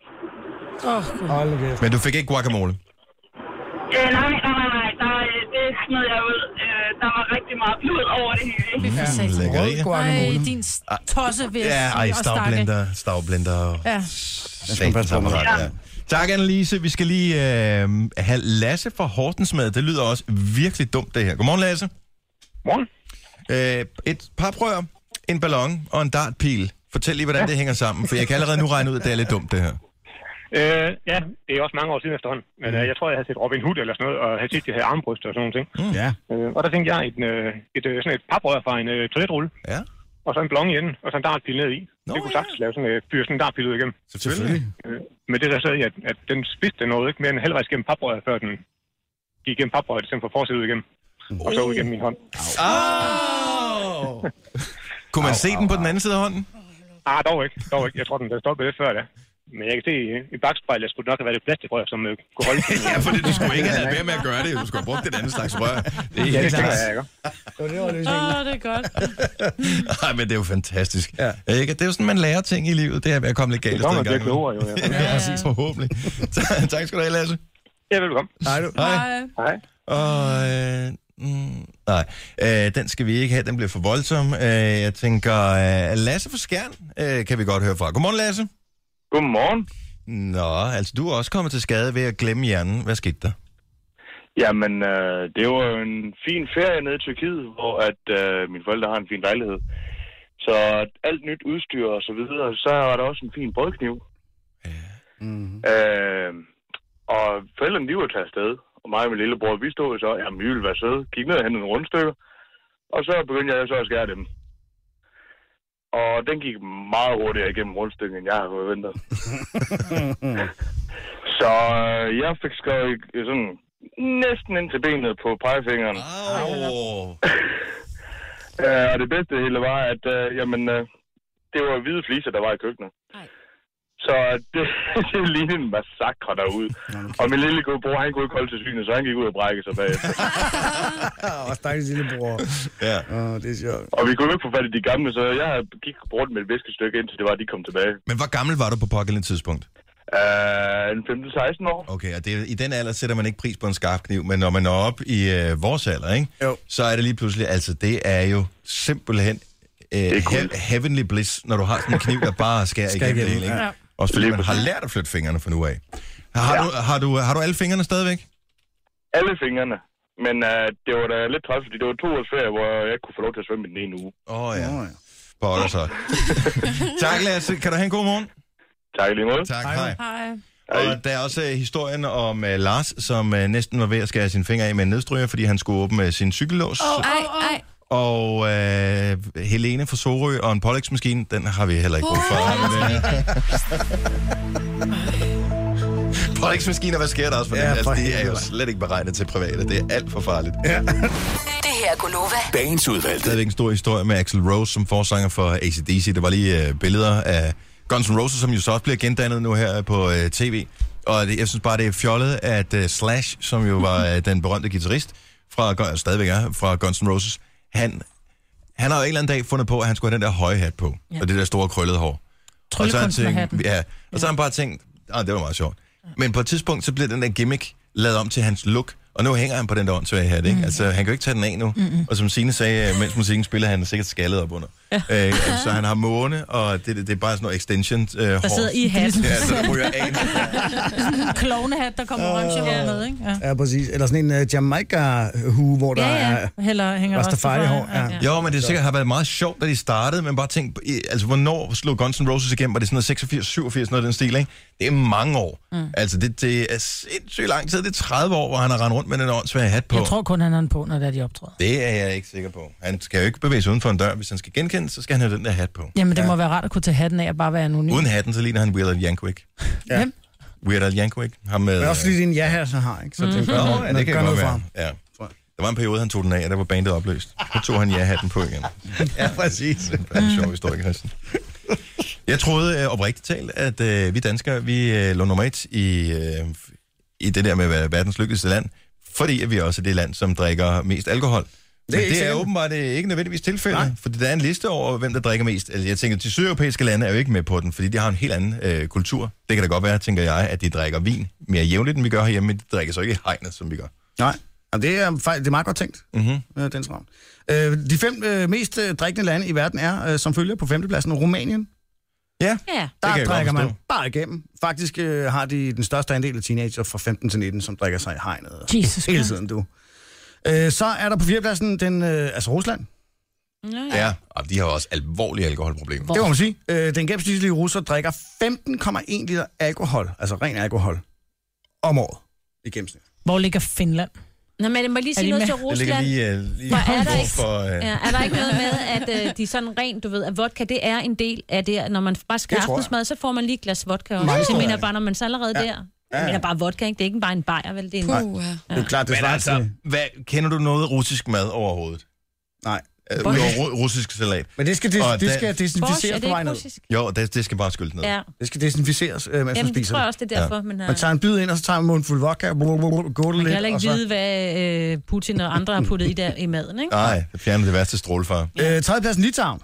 Oh, Men du fik ikke guacamole? Øh, nej, nej, nej, nej. Der, øh, det smed jeg ud. Øh, der var rigtig meget blod over det hele. Vi får sagt Mm, lækkerier. ej, Guacamole. din tosse vil jeg Ja, sige, ej, og stakke. stavblender, stavblender og Ja. satans apparat, ja. Tak, Annelise. Vi skal lige øh, have Lasse fra Hortens med. Det lyder også virkelig dumt, det her. Godmorgen, Lasse. Morgen. Øh, et parprør, en ballon og en dartpil. Fortæl lige, hvordan ja. det hænger sammen, for jeg kan allerede nu regne ud, at det er lidt dumt, det her. Øh, ja, det er også mange år siden efterhånden. Men øh, jeg tror, jeg havde set Robin Hood eller sådan noget, og havde set, at de havde armbryster og sådan nogle ting. Mm. Ja. Øh, og der tænkte jeg et, øh, et, øh, sådan et paprør fra en øh, toiletrulle, Ja, og så en ballon i enden, og så en dartpil ned i. Nå, det kunne ja. sagtens lave sådan, øh, fyre sådan en dartpil ud igennem. selvfølgelig. Øh, men det der så i, at, at den spidste noget ikke mere end halvvejs gennem paprøret, før den gik igennem paprøret, i stedet for forsædet ud igennem. Og så ud igennem min hånd. Oh! Kunne man se den på den anden side af hånden? Ah, dog ikke. Dog ikke. Jeg tror, den der stoppede lidt før da. Men jeg kan se i, i bagspejlet, at skulle nok have været et plastikrør, som øh, kunne holde den. Ja, for du skulle ikke have været med at gøre det. Du skulle have brugt et andet slags rør. Det er Ja, det helt tænker klart. jeg, ikke? Det var løsningen. Åh, det er godt. Nej, men det er jo fantastisk. Ja. Ikke? Det er jo sådan, man lærer ting i livet. Det er ved at komme lidt galt Det kommer, afsted man en bliver gang. klogere, jo. Ja. Ja, præcis. Forhåbentlig. Tak skal du have, Lasse. Ja, velkommen. Nej, du. Hej. Hej. Og, øh, mm, nej, øh, den skal vi ikke have. Den bliver for voldsom. Øh, jeg tænker, øh, Lasse fra Skjern øh, kan vi godt høre fra. Godmorgen, Lasse. Godmorgen. Nå, altså du er også kommet til skade ved at glemme hjernen. Hvad skete der? Jamen, øh, det var jo en fin ferie nede i Tyrkiet, hvor at øh, mine forældre har en fin lejlighed. Så alt nyt udstyr og så videre, så var der også en fin brødkniv. Ja. Mm-hmm. Øh, og forældrene, de var taget afsted, og mig og min lillebror, vi stod så, jamen, vi ville være søde, gik ned og hentede nogle rundstykker, og så begyndte jeg så at skære dem. Og den gik meget hurtigere igennem rundstykket, end jeg havde forventet. Så øh, jeg fik skåret sådan næsten ind til benet på pegefingeren. Oh. øh, og det bedste hele var, at øh, jamen, øh, det var hvide fliser, der var i køkkenet. Ej. Så det, det lignede en massakre derude. Okay. Og min lille bror, han kunne ikke holde til synet, så han gik ud og brække sig bagefter. Og stakkels lillebror. Ja. Åh, det er sjovt. Og vi kunne ikke få fat i de gamle, så jeg gik rundt med et viskestykke, indtil det var, at de kom tilbage. Men hvor gammel var du på pågældende tidspunkt? Uh, en femten seksten år. Okay, og det, er- i den alder sætter man ikke pris på en skarp kniv, men når man når op i øh, vores alder, ikke? Jo. Så er det lige pludselig, altså det er jo simpelthen øh, he- heavenly bliss, når du har sådan en kniv, der bare skærer Skærer igennem det igennem, hele, ikke? ja. Også fordi man har lært at flytte fingrene fra nu af. Har, Ja. du, har, du, har du alle fingrene stadigvæk? Alle fingrene. Men uh, det var da lidt træt, fordi det var to års ferie, hvor jeg ikke kunne få lov til at svømme i den ene uge. Åh oh, ja. Åh, ja. Pokker så. Tak, Lasse. Kan du have en god morgen? Tak i lige måde. Tak, Hej. hej. Hej. Og der er også uh, historien om uh, Lars, som uh, næsten var ved at skære sin finger af med en nedstryger, fordi han skulle åbne uh, sin cykellås. Oh, ej, ej. Og uh, Helene fra Sorø og en Pollex-maskine, den har vi heller ikke brug for. Pollex-maskiner, hvad sker der også for ja, dem? Altså, de er jo slet ikke beregnet til private. Det er alt for farligt. Ja. Det her er Gunova. Dagens udvalgte. Det er en stor historie med Axl Rose som forsanger for A C D C. Der var lige uh, billeder af Guns N' Roses, som jo så også bliver gendannet nu her på uh, tv. Og det, jeg synes bare, det er fjollet, at uh, Slash, som jo var uh, den berømte guitarist, fra, stadigvæk er, fra Guns N' Roses, han, han har jo en eller anden dag fundet på, at han skulle have den der høje hat på, ja. Og det der store krøllede hår. Og så, tænkt, ja, og så har han bare tænkt, ah, det var meget sjovt. Men på et tidspunkt, så bliver den der gimmick lavet om til hans look. Og nu hænger han på den der åndssvage hat, ikke? Mm. Altså, han kan jo ikke tage den af nu. Mm-hmm. Og som Signe sagde, mens musikken spiller, han er sikkert skaldet op under. Ja. Øh, så han har måne, og det, det, det er bare sådan noget extension øh, hår. Der sidder i hatten. Ja, så der ryger af. Sådan en klovnehat, der kommer uh, orange hår med, ikke? Ja. Ja, præcis. Eller sådan en uh, Jamaica-hue, hvor der ja, ja. er Heller hænger Rastafari-hår. Ja. Ja. Jo, men det sikkert har været meget sjovt, da de startede, men bare tænk, altså hvornår slog Guns N' Roses igennem? Var det sådan noget seksogfirs, syvogfirs, noget af den stil, ikke? Det er mange år. Mm. Altså, det, det er sindssygt lang tid. Det er tredive år, hvor han har rendt rundt med den åndssvage hat på. Jeg tror kun, han har den på, når det er de optræder. Det er jeg ikke sikker på. Han skal jo ikke bevæge sig uden for en dør. Hvis han skal genkende, så skal han have den der hat på. Jamen, det ja. må være rart at kunne tage hatten af og bare være anonym. Uden hatten, så ligner han Weird Al Yankovic. Ja. Weird Al Yankovic. Ham med, men også fordi det er en ja-hat, han har, ikke? Så mm-hmm. det gør, Nå, ja, det kan godt være. Frem. Ja. Der var en periode, han tog den af, og der var bandet opløst. Så tog han ja-hatten på igen. Ja, præcis. Det er en sjov historie, Christian. Jeg troede øh, oprigtigt talt, at øh, vi danskere, vi øh, lå nummer et i, øh, i det der med at være verdens lykkeligste land, fordi at vi også er det land, som drikker mest alkohol. Det er, det er åbenbart det er ikke nødvendigvis tilfældet, fordi der er en liste over, hvem der drikker mest. Altså, jeg tænker, de sydeuropæiske lande er jo ikke med på den, fordi de har en helt anden øh, kultur. Det kan da godt være, tænker jeg, at de drikker vin mere jævnligt, end vi gør herhjemme, men de drikker så ikke i hegnet, som vi gør. Nej, det er, det er meget godt tænkt, mm-hmm. øh, den ravn. Øh, de fem øh, mest øh, drikkende lande i verden er, øh, som følger på femtepladsen, Rumænien. Ja, ja. Der drikker man bare igennem. Faktisk øh, har de den største andel af teenager fra femten til nitten, som drikker sig i hegnet. Jesus hele tiden, du. Øh, så er der på fjerdepladsen den, øh, altså Rusland. Ja, ja, og de har også alvorlige alkoholproblemer. Det må man sige. Øh, den gennemsnitlige russer drikker femten komma en liter alkohol, altså ren alkohol, om året i gennemsnit. Hvor ligger Finland? Nå, men jeg må lige sige noget til Rusland. Det ligger lige, uh, lige er, der ikke, for, uh... ja, er der ikke noget med, at uh, de sådan rent, du ved, at vodka, det er en del af det, når man bare skal aftensmad, så får man lige et glas vodka også. Så jeg mener bare, når man så allerede ja. der, jeg mener bare vodka, ikke? Det er ikke bare en bajer, vel? Det er en Puh, ja. Ja. Det er klart, det er men altså, hvad, kender du noget russisk mad overhovedet? Nej. Uh, Udover russisk salat. Men det skal, des, det skal desinficeres på vej ned. Jo, det, det skal bare skyldes ned. Ja. Det skal desinficeres, øh, mens man spiser det. Jamen, det tror jeg også, det er derfor. Ja. Men, uh... man tager en bid ind, og så tager man en mundfuld vodka, går det lidt. Man kan heller ikke så... vide, hvad øh, Putin og andre har puttet i, der, i maden, ikke? Nej, det fjerner det værste strålefar. Ja. Øh, tredjepladsen Litauen.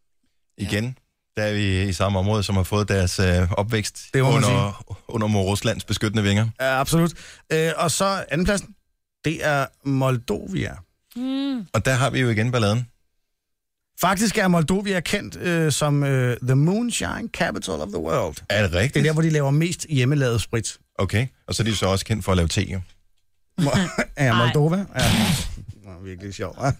Igen, der er vi i samme område, som har fået deres øh, opvækst under, under Ruslands beskyttende vinger. Ja, absolut. Øh, og så andenpladsen, det er Moldovia. Mm. Og der har vi jo igen balladen. Faktisk er Moldovia kendt øh, som øh, the moonshine capital of the world. Er det rigtigt? Det er der, hvor de laver mest hjemmelavet sprit. Okay, og så er de så også kendt for at lave te, jo. Ja, Moldova. Ja. Det var virkelig sjovt, hva'?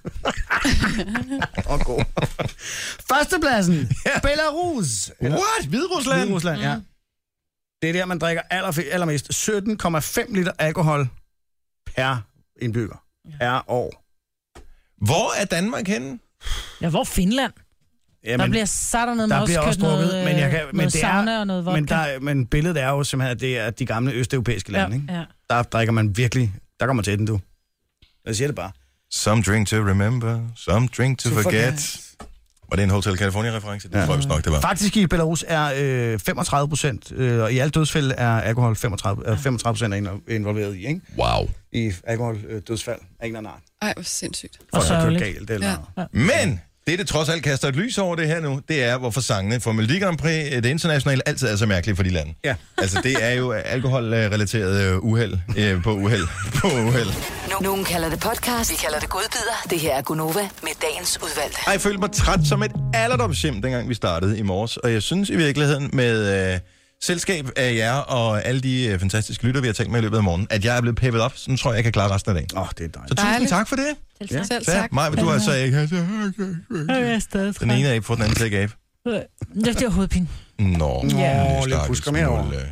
Og god. Førstepladsen, ja. Belarus. What? Hviderusland? Hviderusland, ja. Det er der, man drikker aller, allermest sytten komma fem liter alkohol per indbygger. Per år. Hvor er Danmark henne? Ja, hvor Finland? Ja, der bliver sat noget der bliver også drukket, noget, men jeg kan, men noget det sauna er, og noget vodka. Men, der, men billedet er jo simpelthen, at det er de gamle østeuropæiske lande, ja, ikke? ja. Der drikker man virkelig, der kommer til den, du. Jeg siger det bare. Some drink to remember, some drink to, to forget. forget. Var det en Hotel California-reference? Det ja. tror jeg nok, det var. Faktisk i Belarus er øh, femogtredive procent, øh, og i alt dødsfald er alkohol femogtredive, øh, femogtredive procent er involveret i, ikke? Wow. I alkohol-dødsfald af en eller anden. Ej, hvor sindssygt. Og sørgeligt. Galt, eller ja. Ja. Men det, det trods alt kaster et lys over det her nu, det er, hvorfor sangene for Melodi Grand Prix, det internationale, altid er så mærkeligt for de lande. Ja. Altså, det er jo alkoholrelateret uheld øh, på uheld på uheld. Nogen kalder det podcast, vi kalder det godbider. Det her er Gunova med dagens udvalgte. Ej, jeg følte mig træt som et alderdomshjem, dengang vi startede i morges. Og jeg synes i virkeligheden med øh, selskab af jer og alle de øh, fantastiske lytter, vi har tænkt med i løbet af morgenen, at jeg er blevet peppet op. Så nu tror jeg, jeg kan klare resten af dagen. Åh, oh, det er dejligt. Så tusind dejligt. tak for det. Ja. Selv tak. Maja, men du har så ikke... Jeg er stadig Den ene er ikke for den anden til at gabe. Det er hovedpine. Nå, ja, lidt pusker mere over. Ja.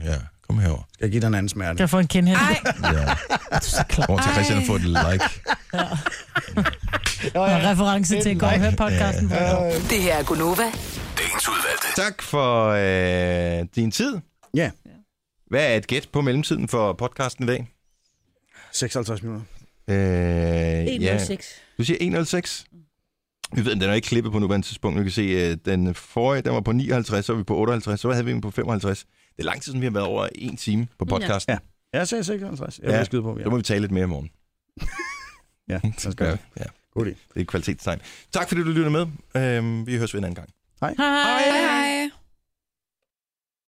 Kom herover. Skal jeg give dig en anden smerte? Kan jeg få en kendhænd? Ja. Over til Christian og få et like. Ja. Og reference til at gå og høre podcasten. Ja. Det her er Gunova. Dagens udvalgte. Tak for øh, din tid. Ja. Hvad er et gæt på mellemtiden for podcasten i dag? seksoghalvtreds minutter. Øh, en nul seks. Ja. Du siger en nul seks? Vi ved, den er ikke klippet på nuværende tidspunkt. Vi kan se, at den forrige, den var på nioghalvtreds, så var vi på otteoghalvtreds, så havde vi den på femoghalvtreds. Det er lang tid siden, vi har været over en time på podcasten. Ja, ja. Jeg sagde seksoghalvtreds. Jeg ja. vil skyde på. Ja. Så må vi tale lidt mere i morgen. Ja, det skal jeg. Ja. God idé. Det er et kvalitetstegn. Tak fordi du lyttede med. Øhm, vi høres ved en anden gang. Hej. Hej. Hej.